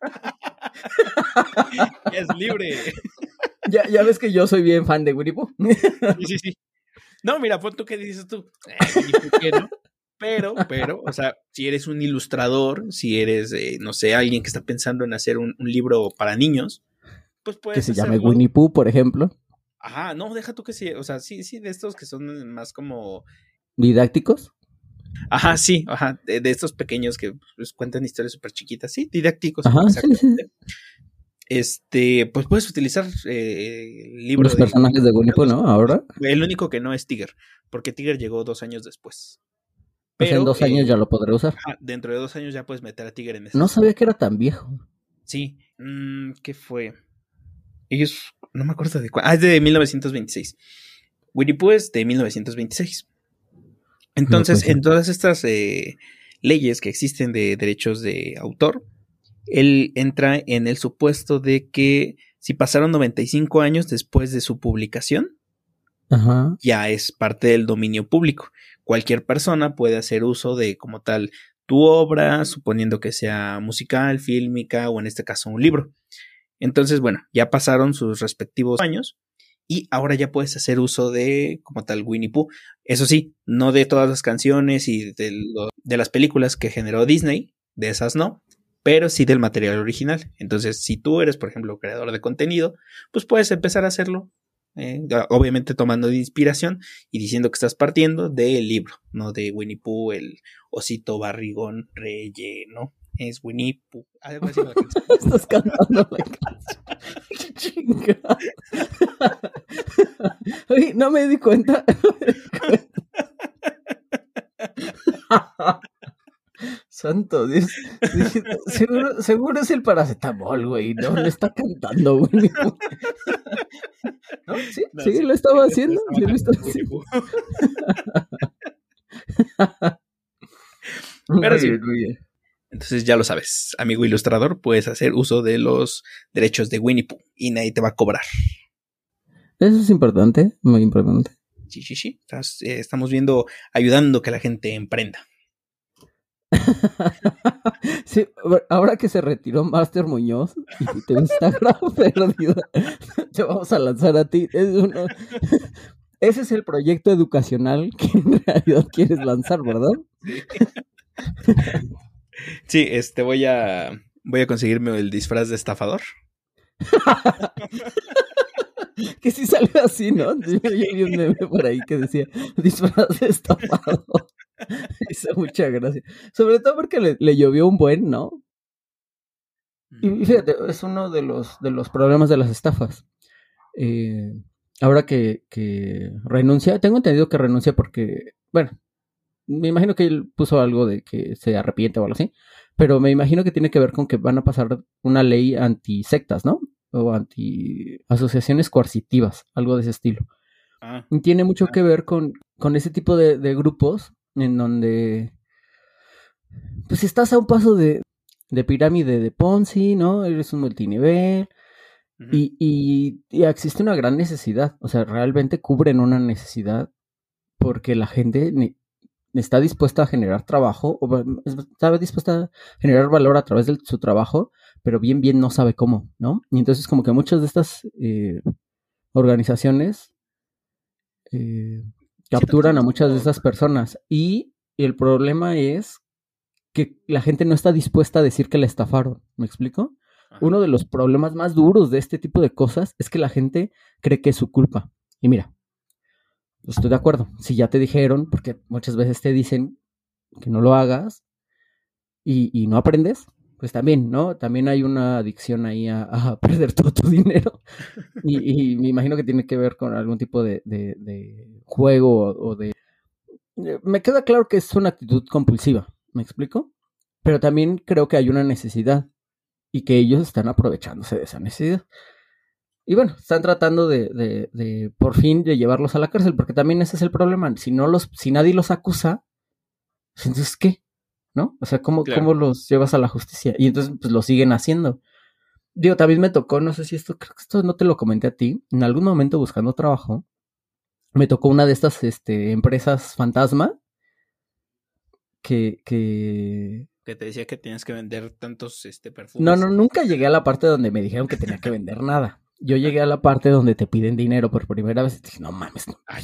es libre. Ya ves que yo soy bien fan de Winnie Pooh. Sí. No, mira, pon tú qué dices tú. Winnie Pooh, ¿qué no? Pero, o sea, si eres un ilustrador, si eres, no sé, alguien que está pensando en hacer un libro para niños, pues puedes que se llame Winnie Pooh, por ejemplo. Ajá, no, deja tú que sí, o sea, sí, de estos que son más como... ¿Didácticos? Ajá, sí, ajá, de estos pequeños que pues, cuentan historias súper chiquitas, sí, didácticos. Ajá, exactamente. Sí. Pues puedes utilizar libros. Los personajes de Winnie Pooh, ¿no? Ahora. El único que no es Tigger, porque Tigger llegó 2 años después. Pero, o sea, en 2 años ya lo podré usar. Ajá, dentro de 2 años ya puedes meter a Tigger en ese. No sabía que era tan viejo. Sí, ¿qué fue? Ellos, no me acuerdo de cuál. Es de 1926. Winnie Pooh es de 1926. Entonces, en todas estas leyes que existen de derechos de autor, él entra en el supuesto de que si pasaron 95 años después de su publicación, ajá, ya es parte del dominio público. Cualquier persona puede hacer uso de, como tal, tu obra, suponiendo que sea musical, fílmica o en este caso un libro. Entonces, bueno, ya pasaron sus respectivos años y ahora ya puedes hacer uso de, como tal, Winnie Pooh. Eso sí, no de todas las canciones y de las películas que generó Disney, de esas no, pero sí del material original. Entonces, si tú eres, por ejemplo, creador de contenido, pues puedes empezar a hacerlo, obviamente tomando de inspiración y diciendo que estás partiendo del libro, no de Winnie Pooh, el osito barrigón relleno, es Winnie Pooh. Algo así. Estás cantando la canción. ¡Qué chingada! Oye, no me di cuenta. Santo Dios. Dije, seguro es el paracetamol, güey. No, le está cantando, güey. ¿No? Sí, no, sí, lo estaba haciendo. Sí, lo estaba haciendo. Pero sí. Entonces ya lo sabes, amigo ilustrador, puedes hacer uso de los derechos de Winnie Pooh y nadie te va a cobrar. Eso es importante, muy importante. Sí. Estamos viendo, ayudando que la gente emprenda. Sí, ahora que se retiró Master Muñoz y tu Instagram perdido, te vamos a lanzar a ti. Ese es el proyecto educacional que en realidad quieres lanzar, ¿verdad? Sí, voy a conseguirme el disfraz de estafador. Que sí salió así, ¿no? Yo vi un meme por ahí que decía disfraz de estafador. Hizo mucha gracia. Sobre todo porque le llovió un buen, ¿no? Y fíjate, es uno de los problemas de las estafas. Ahora que renuncia, tengo entendido que renuncia porque, bueno, me imagino que él puso algo de que se arrepiente o algo así, pero me imagino que tiene que ver con que van a pasar una ley anti-sectas, ¿no? O anti-asociaciones coercitivas, algo de ese estilo. Y tiene mucho que ver con ese tipo de grupos en donde pues estás a un paso de pirámide de Ponzi, ¿no? Eres un multinivel. Uh-huh. Y existe una gran necesidad, o sea, realmente cubren una necesidad porque la gente está dispuesta a generar trabajo, o está dispuesta a generar valor a través de su trabajo, pero bien no sabe cómo, ¿no? Y entonces como que muchas de estas organizaciones capturan a muchas de esas personas y el problema es que la gente no está dispuesta a decir que la estafaron, ¿me explico? Ajá. Uno de los problemas más duros de este tipo de cosas es que la gente cree que es su culpa. Y mira, estoy de acuerdo, si ya te dijeron, porque muchas veces te dicen que no lo hagas y no aprendes, pues también, ¿no? También hay una adicción ahí a perder todo tu dinero y me imagino que tiene que ver con algún tipo de juego o de... Me queda claro que es una actitud compulsiva, ¿me explico? Pero también creo que hay una necesidad y que ellos están aprovechándose de esa necesidad. Y bueno, están tratando de por fin de llevarlos a la cárcel, porque también ese es el problema. Si nadie los acusa, entonces ¿qué? ¿No? O sea, ¿cómo los llevas a la justicia? Y entonces pues lo siguen haciendo. Digo, también me tocó, no sé si creo que esto no te lo comenté a ti, en algún momento buscando trabajo, me tocó una de estas empresas fantasma que te decía que tenías que vender tantos perfumes. No, nunca llegué a la parte donde me dijeron que tenía que vender nada. Yo llegué a la parte donde te piden dinero por primera vez y dije, no mames,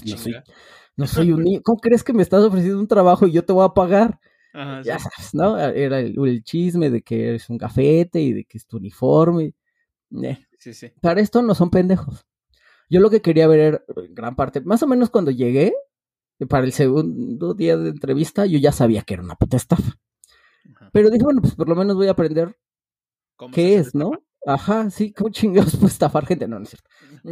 no soy un niño. ¿Cómo crees que me estás ofreciendo un trabajo y yo te voy a pagar? Ajá, ya sabes, ¿no? Era el chisme de que eres un gafete y de que es tu uniforme. Sí. Para esto no son pendejos. Yo lo que quería ver era, en gran parte, más o menos cuando llegué, para el segundo día de entrevista, yo ya sabía que era una puta estafa. Ajá. Pero dije, bueno, pues por lo menos voy a aprender qué es, ¿no? Ajá, sí, ¿cómo chingados puedo estafar gente? No, no es cierto.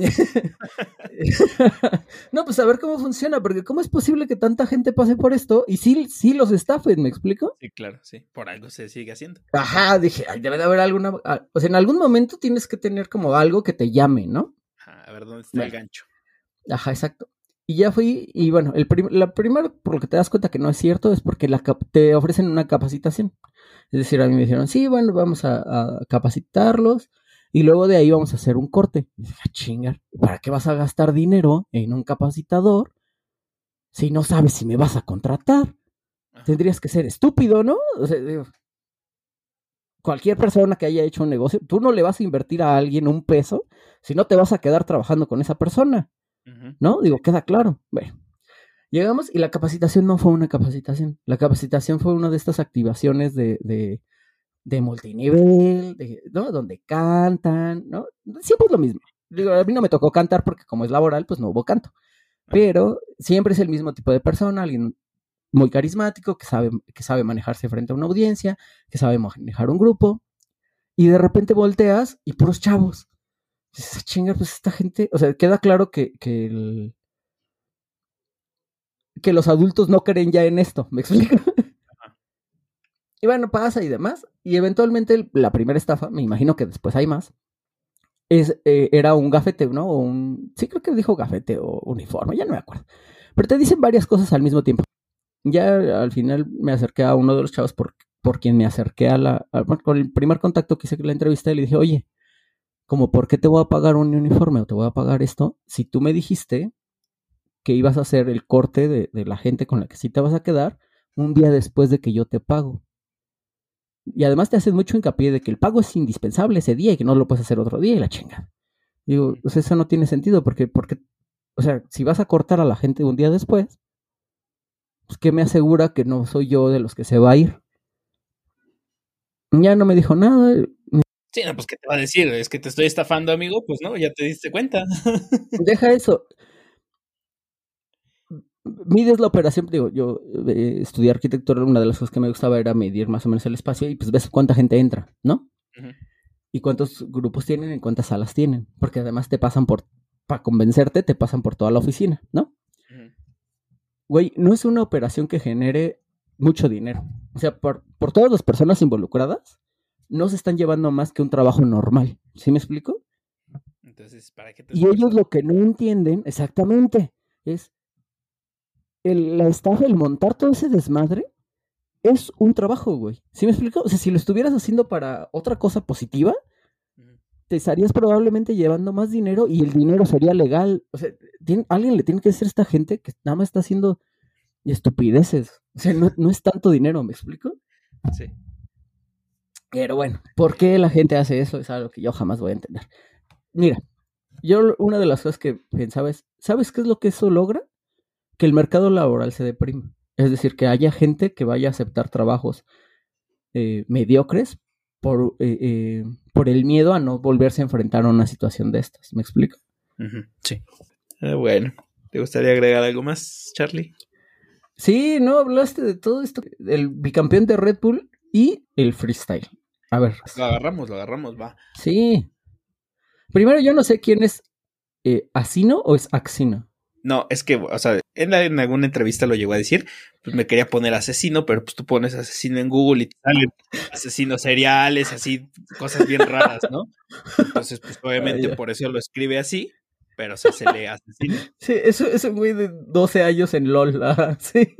No, pues a ver cómo funciona, porque ¿cómo es posible que tanta gente pase por esto y sí los estafen, ¿me explico? Sí, claro, sí, por algo se sigue haciendo. Ajá, dije, ay, debe de haber alguna, o sea, en algún momento tienes que tener como algo que te llame, ¿no? Ajá, a ver dónde está el gancho. Ajá, exacto. Y ya fui, y bueno, la primera, por lo que te das cuenta que no es cierto, es porque te ofrecen una capacitación. Es decir, a mí me dijeron, sí, bueno, vamos a capacitarlos y luego de ahí vamos a hacer un corte. Y dije, chingar, ¿para qué vas a gastar dinero en un capacitador si no sabes si me vas a contratar? Ajá. Tendrías que ser estúpido, ¿no? O sea, digo, cualquier persona que haya hecho un negocio, tú no le vas a invertir a alguien un peso si no te vas a quedar trabajando con esa persona. Uh-huh. ¿No? Digo, queda claro. Bueno, llegamos y la capacitación no fue una capacitación. La capacitación fue una de estas activaciones de multinivel, ¿no? Donde cantan, ¿no? Siempre es lo mismo. Digo, a mí no me tocó cantar porque como es laboral, pues no hubo canto. Pero siempre es el mismo tipo de persona, alguien muy carismático, que sabe manejarse frente a una audiencia, que sabe manejar un grupo, y de repente volteas y puros chavos. Dices, chinga, pues esta gente, o sea, queda claro que los adultos no creen ya en esto, ¿me explico? Y bueno, pasa y demás, y eventualmente la primera estafa, me imagino que después hay más, era un gafete, ¿no? Sí creo que dijo gafete o uniforme, ya no me acuerdo. Pero te dicen varias cosas al mismo tiempo. Ya al final me acerqué a uno de los chavos por quien me acerqué bueno, con el primer contacto que hice la entrevista y le dije, oye, como por qué te voy a pagar un uniforme o te voy a pagar esto si tú me dijiste que ibas a hacer el corte de la gente con la que sí te vas a quedar un día después de que yo te pago. Y además te hacen mucho hincapié de que el pago es indispensable ese día y que no lo puedes hacer otro día y la chinga. Digo, pues eso no tiene sentido porque, o sea, si vas a cortar a la gente un día después, pues ¿qué me asegura que no soy yo de los que se va a ir? Ya no me dijo nada. Sí, no, pues ¿qué te va a decir? Es que te estoy estafando, amigo, pues no, ya te diste cuenta. Deja eso. Mides la operación, digo, yo estudié arquitectura, una de las cosas que me gustaba era medir más o menos el espacio y pues ves cuánta gente entra, ¿no? Uh-huh. Y cuántos grupos tienen y cuántas salas tienen, porque además te pasan para convencerte, te pasan por toda la oficina, ¿no? Güey, no es una operación que genere mucho dinero. O sea, por todas las personas involucradas, no se están llevando más que un trabajo normal. ¿Sí me explico? Entonces, ¿para qué te esfuerzas? Y ellos lo que no entienden, exactamente, es la estafa, el montar todo ese desmadre, es un trabajo, güey. ¿Sí me explico? O sea, si lo estuvieras haciendo para otra cosa positiva, te estarías probablemente llevando más dinero y el dinero sería legal. O sea, alguien le tiene que decir a esta gente que nada más está haciendo estupideces. O sea, no es tanto dinero, ¿me explico? Sí. Pero bueno, ¿por qué la gente hace eso? Es algo que yo jamás voy a entender. Mira, yo una de las cosas que pensaba es, ¿sabes qué es lo que eso logra? Que el mercado laboral se deprime. Es decir, que haya gente que vaya a aceptar trabajos mediocres por el miedo a no volverse a enfrentar a una situación de estas. ¿Me explico? Uh-huh. Sí. Bueno, ¿te gustaría agregar algo más, Charlie? Sí, no, hablaste de todo esto, el bicampeón de Red Bull y el freestyle. A ver. Lo agarramos, va. Sí. Primero, yo no sé quién es Asino o es Axino. No, es que, o sea, en alguna entrevista lo llegó a decir, pues me quería poner asesino, pero pues tú pones asesino en Google y te salen asesinos seriales, así, cosas bien raras, ¿no? Entonces, pues obviamente por eso lo escribe así, pero o sea, se lee asesino. Sí, eso es un güey de 12 años en LOL, sí.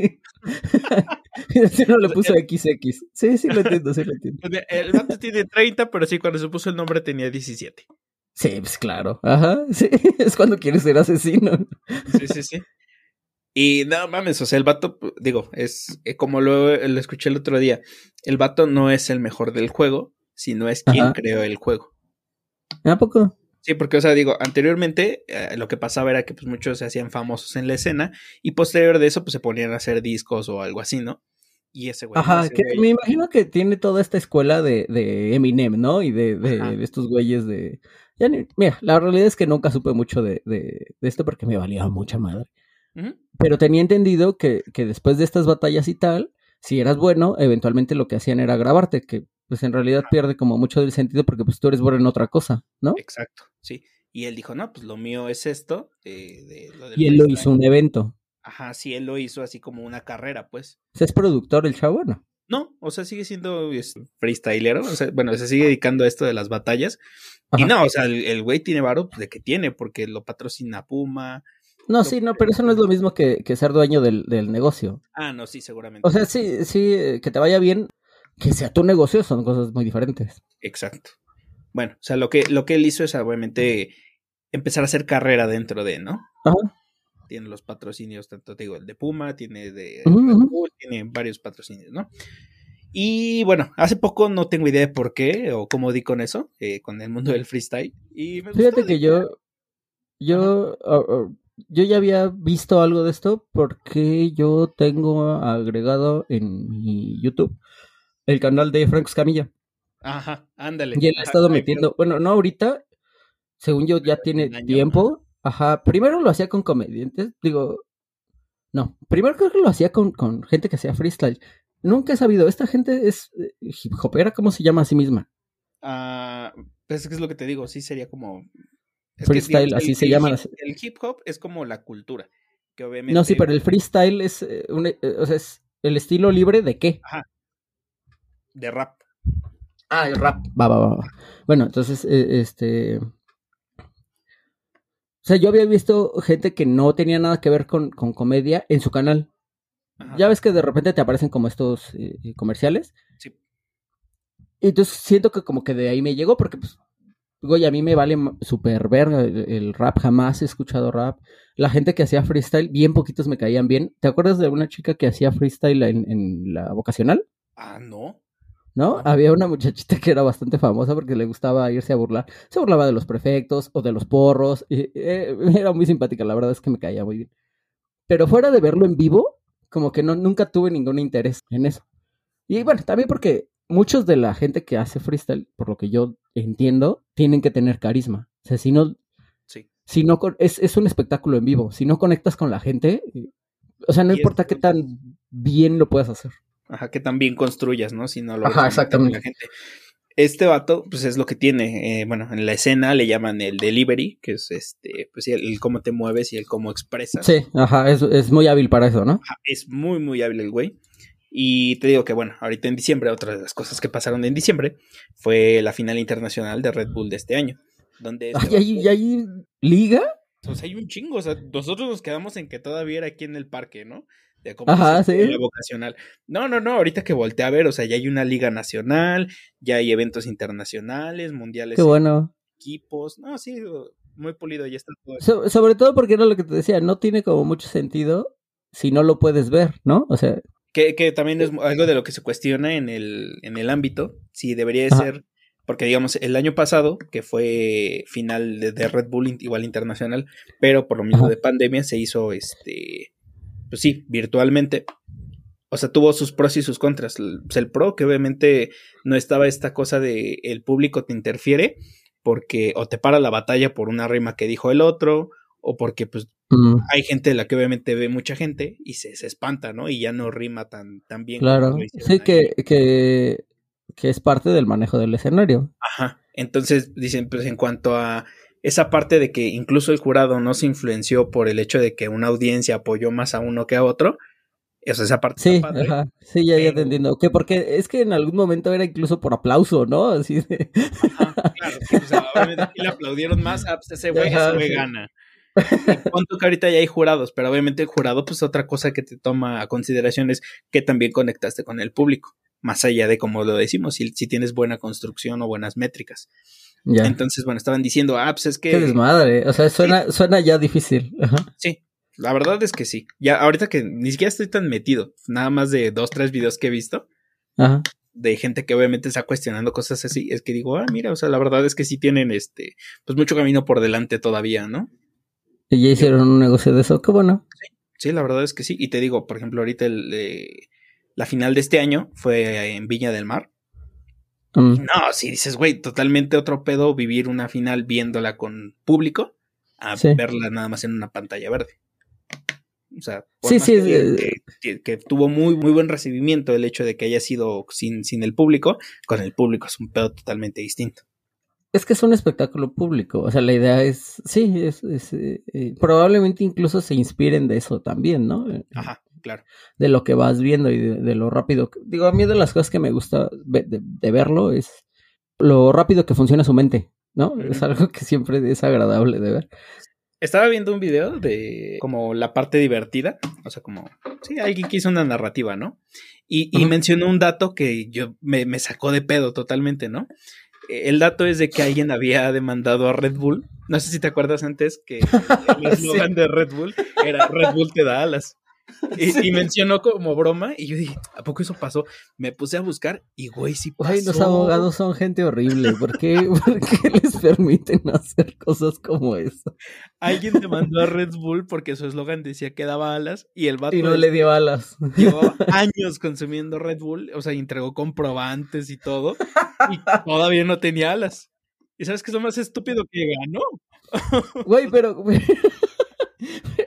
Y así no le puso XX. Sí, lo entiendo, sí lo entiendo. El vato tiene 30, pero sí, cuando se puso el nombre tenía 17. Sí, pues claro. Ajá, sí. Es cuando quieres ser asesino. Sí. Y no mames, o sea, el vato, digo, es como lo escuché el otro día. El vato no es el mejor del juego, sino es quien creó el juego. ¿A poco? Sí, porque, o sea, digo, anteriormente lo que pasaba era que pues muchos se hacían famosos en la escena y posterior de eso pues se ponían a hacer discos o algo así, ¿no? Y ese güey. Ajá, ese güey... me imagino que tiene toda esta escuela de Eminem, ¿no? Y de estos güeyes de... Mira, la realidad es que nunca supe mucho de esto porque me valía mucha madre. Uh-huh. Pero tenía entendido que después de estas batallas y tal, si eras bueno, eventualmente lo que hacían era grabarte, que pues en realidad pierde como mucho del sentido porque pues tú eres bueno en otra cosa, ¿no? Exacto, sí. Y él dijo, no, pues lo mío es esto. Y él lo hizo un evento. Ajá, sí, él lo hizo así como una carrera, pues. O sea, ¿es productor el chavo, no? No, o sea, sigue siendo freestylero, o sea, bueno, se sigue dedicando a esto de las batallas. Ajá. Y no, o sea, el güey tiene varo pues, de que tiene, porque lo patrocina Puma. No, sí, no, pero eso no es lo mismo que ser dueño del negocio. Ah, no, sí, seguramente. O sea, sí, que te vaya bien, que sea tu negocio, son cosas muy diferentes. Exacto. Bueno, o sea, lo que él hizo es obviamente empezar a hacer carrera dentro de, ¿no? Ajá. Tiene los patrocinios, tanto te digo, el de Puma, tiene de Red Bull, tiene varios patrocinios, ¿no? Y bueno, hace poco no tengo idea de por qué o cómo di con eso, con el mundo del freestyle. Y me fíjate que yo ya había visto algo de esto porque yo tengo agregado en mi YouTube el canal de Franco Escamilla. Ajá, ándale. Y él ha estado metiendo, bueno, no ahorita, según yo ya tiene tiempo. Ajá, primero lo hacía con comediantes, digo, No, primero creo que lo hacía con gente que hacía freestyle. Nunca he sabido, esta gente es hip hopera, ¿cómo se llama a sí misma? Pues es lo que te digo, sí sería como... Es que, digamos, Freestyle, así se llaman. el hip hop es como la cultura, que No, sí, obviamente... pero el freestyle es, o sea, es el estilo libre de qué. Ajá, de rap. Ah, el rap. Va. Bueno, entonces, o sea, yo había visto gente que no tenía nada que ver con comedia en su canal. Ajá, Ya ves que de repente te aparecen como estos comerciales. sí. Y entonces siento que como que de ahí me llegó porque, pues, güey, a mí me vale súper verga el rap. Jamás he escuchado rap. La gente que hacía freestyle, bien poquitos me caían bien. ¿Te acuerdas de una chica que hacía freestyle en la vocacional? No. ¿No? No. Había una muchachita que era bastante famosa porque le gustaba irse a burlar. Se burlaba de los prefectos o de los porros. Era muy simpática, la verdad es que me caía muy bien. Pero fuera de verlo en vivo, como que no, nunca tuve ningún interés en eso. Y bueno, también porque muchos de la gente que hace freestyle, por lo que yo entiendo, tienen que tener carisma. O sea, Sí. si no es un espectáculo en vivo. Si no conectas con la gente, o sea, no Y importa qué tan bien lo puedas hacer. Ajá, que también construyas, ¿no? Si no logras Ajá, conectar con la exactamente. gente. Este vato, pues es lo que tiene. Bueno, en la escena le llaman el delivery, que es pues sí, el cómo te mueves y el cómo expresas. Sí, ajá, es muy hábil para eso, ¿no? Ajá, es muy, muy hábil el güey. Y te digo que, bueno, ahorita en diciembre, otra de las cosas que pasaron en diciembre fue la final internacional de Red Bull de este año. Donde este Ay, vato, ¿y hay liga? o sea, hay un chingo. O sea, nosotros nos quedamos en que todavía era aquí en el parque, ¿no? De como Ajá, dices, de sí. la vocacional. No, ahorita que volteé a ver, o sea, ya hay una liga nacional, ya hay eventos internacionales, Qué mundiales en bueno. equipos. No, sí, muy pulido, ya está todo. Sobre todo porque era lo que te decía, no tiene como mucho sentido si no lo puedes ver, ¿no? O sea, Que también es algo de lo que se cuestiona en el ámbito, si debería de ajá, ser, porque digamos, el año pasado, que fue final de Red Bull igual internacional, pero por lo mismo ajá. de pandemia se hizo, pues sí, virtualmente. O sea, tuvo sus pros y sus contras. Pues el pro, que obviamente no estaba esta cosa de el público te interfiere porque o te para la batalla por una rima que dijo el otro, o porque pues Mm, hay gente de la que obviamente ve mucha gente y se espanta, ¿no? Y ya no rima tan bien como lo claro. hicieron Sí, ahí. que es parte del manejo del escenario. Ajá. Entonces, dicen, pues en cuanto a esa parte de que incluso el jurado no se influenció por el hecho de que una audiencia apoyó más a uno que a otro, esa parte está Sí, padre, ajá. Sí, ya te pero entiendo. Que porque es que en algún momento era incluso por aplauso, ¿no? Así de. ajá, claro, sí, o sea, obviamente aquí le aplaudieron más, pues ese Ajá, güey sí. gana. Y punto que ahorita ya hay jurados, pero obviamente el jurado, pues otra cosa que te toma a consideración es que también conectaste con el público, más allá de como lo decimos, si tienes buena construcción o buenas métricas. Ya. Entonces, bueno, estaban diciendo, pues es Qué que desmadre. O sea, sí, suena ya difícil. Ajá. sí, la verdad es que sí. Ya ahorita que ni siquiera estoy tan metido, nada más de 2, 3 videos que he visto Ajá. de gente que obviamente está cuestionando cosas así, es que digo, mira, o sea, la verdad es que sí tienen pues mucho camino por delante todavía, ¿no? Y ya Yo, hicieron un negocio de eso. Qué bueno. sí, la verdad es que sí. Y te digo, por ejemplo, ahorita la final de este año fue en Viña del Mar. Y Mm, no, si dices, güey, totalmente otro pedo vivir una final viéndola con público a sí. verla nada más en una pantalla verde. O sea, por Sí, más sí. que digan que tuvo muy, muy buen recibimiento el hecho de que haya sido sin el público, con el público es un pedo totalmente distinto. Es que es un espectáculo público. O sea, la idea es. Sí, probablemente incluso se inspiren de eso también, ¿no? Ajá, claro. De lo que vas viendo y de lo rápido. Digo, a mí de las cosas que me gusta de verlo es lo rápido que funciona su mente, ¿no? Es Uh-huh. algo que siempre es agradable de ver. Estaba viendo un video de como la parte divertida, o sea, como, sí, alguien que hizo una narrativa, ¿no? Y Uh-huh. mencionó un dato que yo me sacó de pedo totalmente, ¿no? El dato es de que alguien había demandado a Red Bull. No sé si te acuerdas antes que el Sí, eslogan de Red Bull era Red Bull te da alas. Y sí. mencionó como broma y yo dije, ¿a poco eso pasó? Me puse a buscar y güey, sí Güey, los pasó. abogados son gente horrible. ¿Por qué, por qué les permiten hacer cosas como eso? Alguien demandó a Red Bull porque su eslogan decía que daba alas y el Y vato no le dio alas. llevaba años consumiendo Red Bull, o sea, entregó comprobantes y todo, y todavía no tenía alas. ¿Y sabes qué es lo más estúpido que ganó? Güey, pero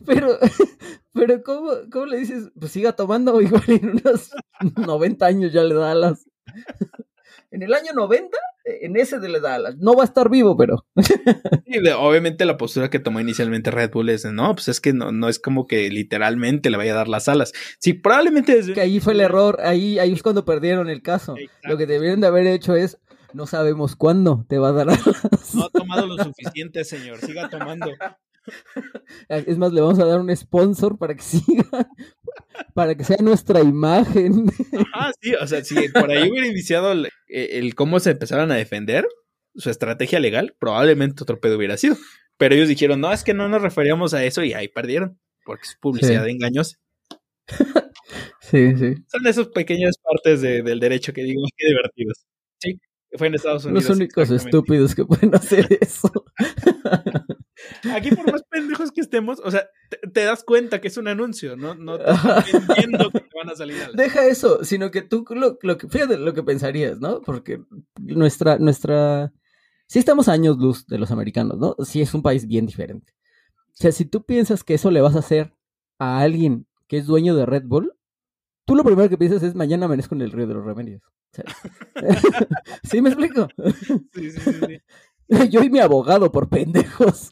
Pero ¿cómo le dices? Pues siga tomando, igual en unos 90 años ya le da alas. En el año 90, en ese le da alas. No va a estar vivo, pero... Sí, obviamente la postura que tomó inicialmente Red Bull es, no, pues es que no es como que literalmente le vaya a dar las alas. Sí, probablemente desde... Que ahí fue el error, ahí es cuando perdieron el caso. Exacto. Lo que debieron de haber hecho es, no sabemos cuándo te va a dar alas. No ha tomado lo suficiente, señor, siga tomando. Es más, le vamos a dar un sponsor para que siga, para que sea nuestra imagen. Ajá, sí, o sea, si por ahí hubiera iniciado el cómo se empezaron a defender, su estrategia legal, probablemente otro pedo hubiera sido. Pero ellos dijeron, no, es que no nos referíamos a eso y ahí perdieron, porque es publicidad engañosa. Sí. Son esas pequeñas partes del derecho que digo, qué divertidos. Sí, fue en Estados Unidos. Los únicos estúpidos que pueden hacer eso. Aquí por más pendejos que estemos, o sea, te das cuenta que es un anuncio, no te están vendiendo que te van a salir a la... Deja eso, sino que tú, fíjate lo que pensarías, ¿no? Porque nuestra... Sí estamos a años luz de los americanos, ¿no? Sí es un país bien diferente. O sea, si tú piensas que eso le vas a hacer a alguien que es dueño de Red Bull, tú lo primero que piensas es mañana amanezco en el Río de los Remedios. O sea, ¿sí me explico? Sí. Yo y mi abogado por pendejos.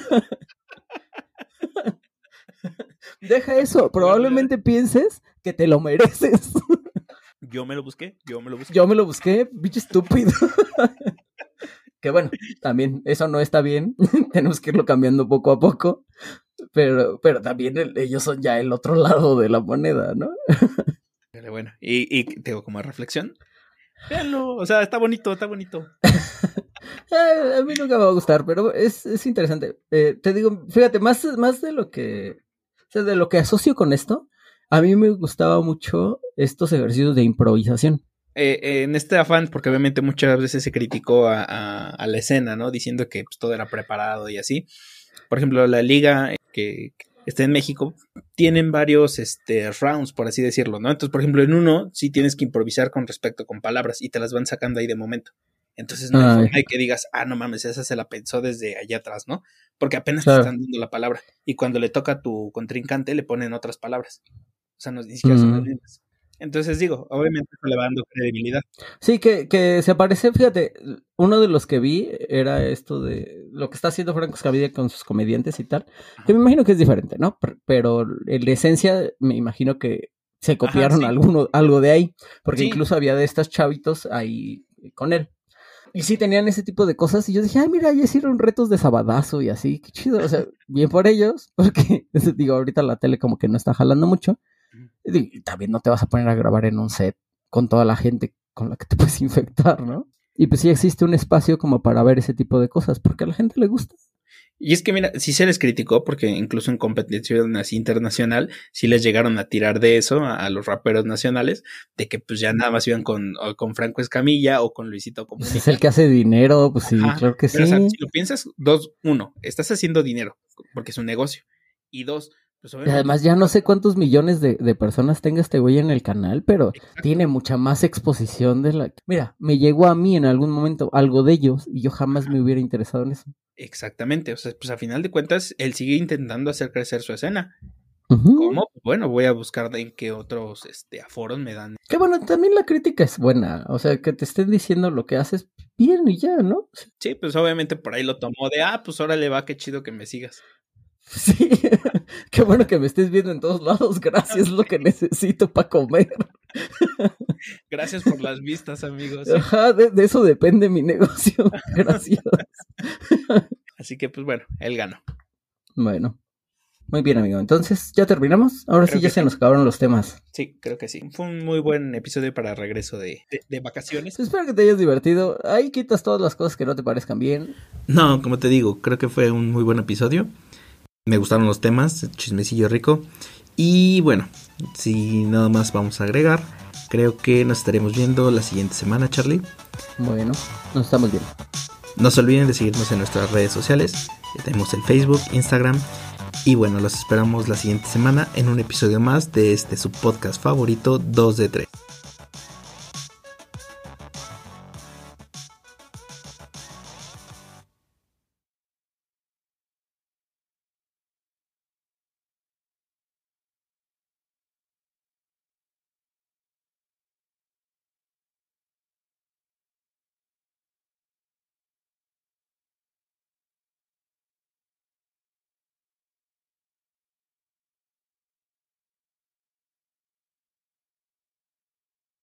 Deja eso, probablemente pienses que te lo mereces. Yo me lo busqué. Bicho estúpido. Que bueno, también eso no está bien. Tenemos que irlo cambiando poco a poco. Pero también ellos son ya el otro lado de la moneda, ¿no? Pero bueno, y tengo como reflexión. Véanlo, o sea, está bonito. A mí nunca me va a gustar, pero es interesante. Te digo, fíjate, más de lo que... O sea, de lo que asocio con esto, a mí me gustaba mucho estos ejercicios de improvisación. En este afán, porque obviamente muchas veces se criticó a la escena, ¿no? Diciendo que pues, todo era preparado y así. Por ejemplo, la liga que está en México, tienen varios rounds, por así decirlo, ¿no? Entonces, por ejemplo, en uno sí tienes que improvisar con palabras y te las van sacando ahí de momento. Entonces no hay forma de que digas, no mames, esa se la pensó desde allá atrás, ¿no? Porque apenas te están dando la palabra. Y cuando le toca a tu contrincante, le ponen otras palabras. O sea, no ni siquiera son las mismas. Entonces digo, obviamente eso le va dando credibilidad. Sí, que se parece, fíjate, uno de los que vi era esto de lo que está haciendo Franco Escamilla con sus comediantes y tal, que me imagino que es diferente, ¿no? Pero en la esencia me imagino que se copiaron algo de ahí, porque incluso había de estas chavitos ahí con él. Y sí tenían ese tipo de cosas y yo dije, mira, ya hicieron retos de sabadazo y así, qué chido, o sea, bien por ellos, porque digo, ahorita la tele como que no está jalando mucho. Y también no te vas a poner a grabar en un set con toda la gente con la que te puedes infectar, ¿no? Y pues sí existe un espacio como para ver ese tipo de cosas, porque a la gente le gusta. Y es que mira, sí se les criticó, porque incluso en competición así internacional, sí les llegaron a tirar de eso a los raperos nacionales, de que pues ya nada más iban con Franco Escamilla o con Luisito Comunica. Pues es el que hace dinero, pues sí, claro que pero, sí. O sea, si lo piensas, 1, estás haciendo dinero, porque es un negocio, y 2, pues y además ya no sé cuántos millones de personas tenga este güey en el canal, pero tiene mucha más exposición de la... Mira, me llegó a mí en algún momento algo de ellos y yo jamás me hubiera interesado en eso. Exactamente, o sea, pues a final de cuentas él sigue intentando hacer crecer su escena. ¿Cómo? Bueno, voy a buscar en qué otros aforos me dan. Que bueno, también la crítica es buena, o sea, que te estén diciendo lo que haces bien y ya, ¿no? Sí, pues obviamente por ahí lo tomó de, pues órale va, qué chido que me sigas. Sí, qué bueno que me estés viendo en todos lados, gracias, es lo que necesito para comer. Gracias por las vistas, amigos. Ajá, de eso depende mi negocio, gracias. Así que pues bueno, él ganó. Bueno, muy bien, amigo, entonces, ¿ya terminamos? Ahora creo sí ya se nos acabaron los temas. Sí, creo que sí, fue un muy buen episodio para regreso de vacaciones. Espero que te hayas divertido, ahí quitas todas las cosas que no te parezcan bien. No, como te digo, creo que fue un muy buen episodio. Me gustaron los temas, chismecillo rico. Y bueno, si nada más vamos a agregar, creo que nos estaremos viendo la siguiente semana, Charlie. Bueno, nos estamos viendo. No se olviden de seguirnos en nuestras redes sociales. Tenemos el Facebook, Instagram. Y bueno, los esperamos la siguiente semana en un episodio más de su podcast favorito, 2 de 3.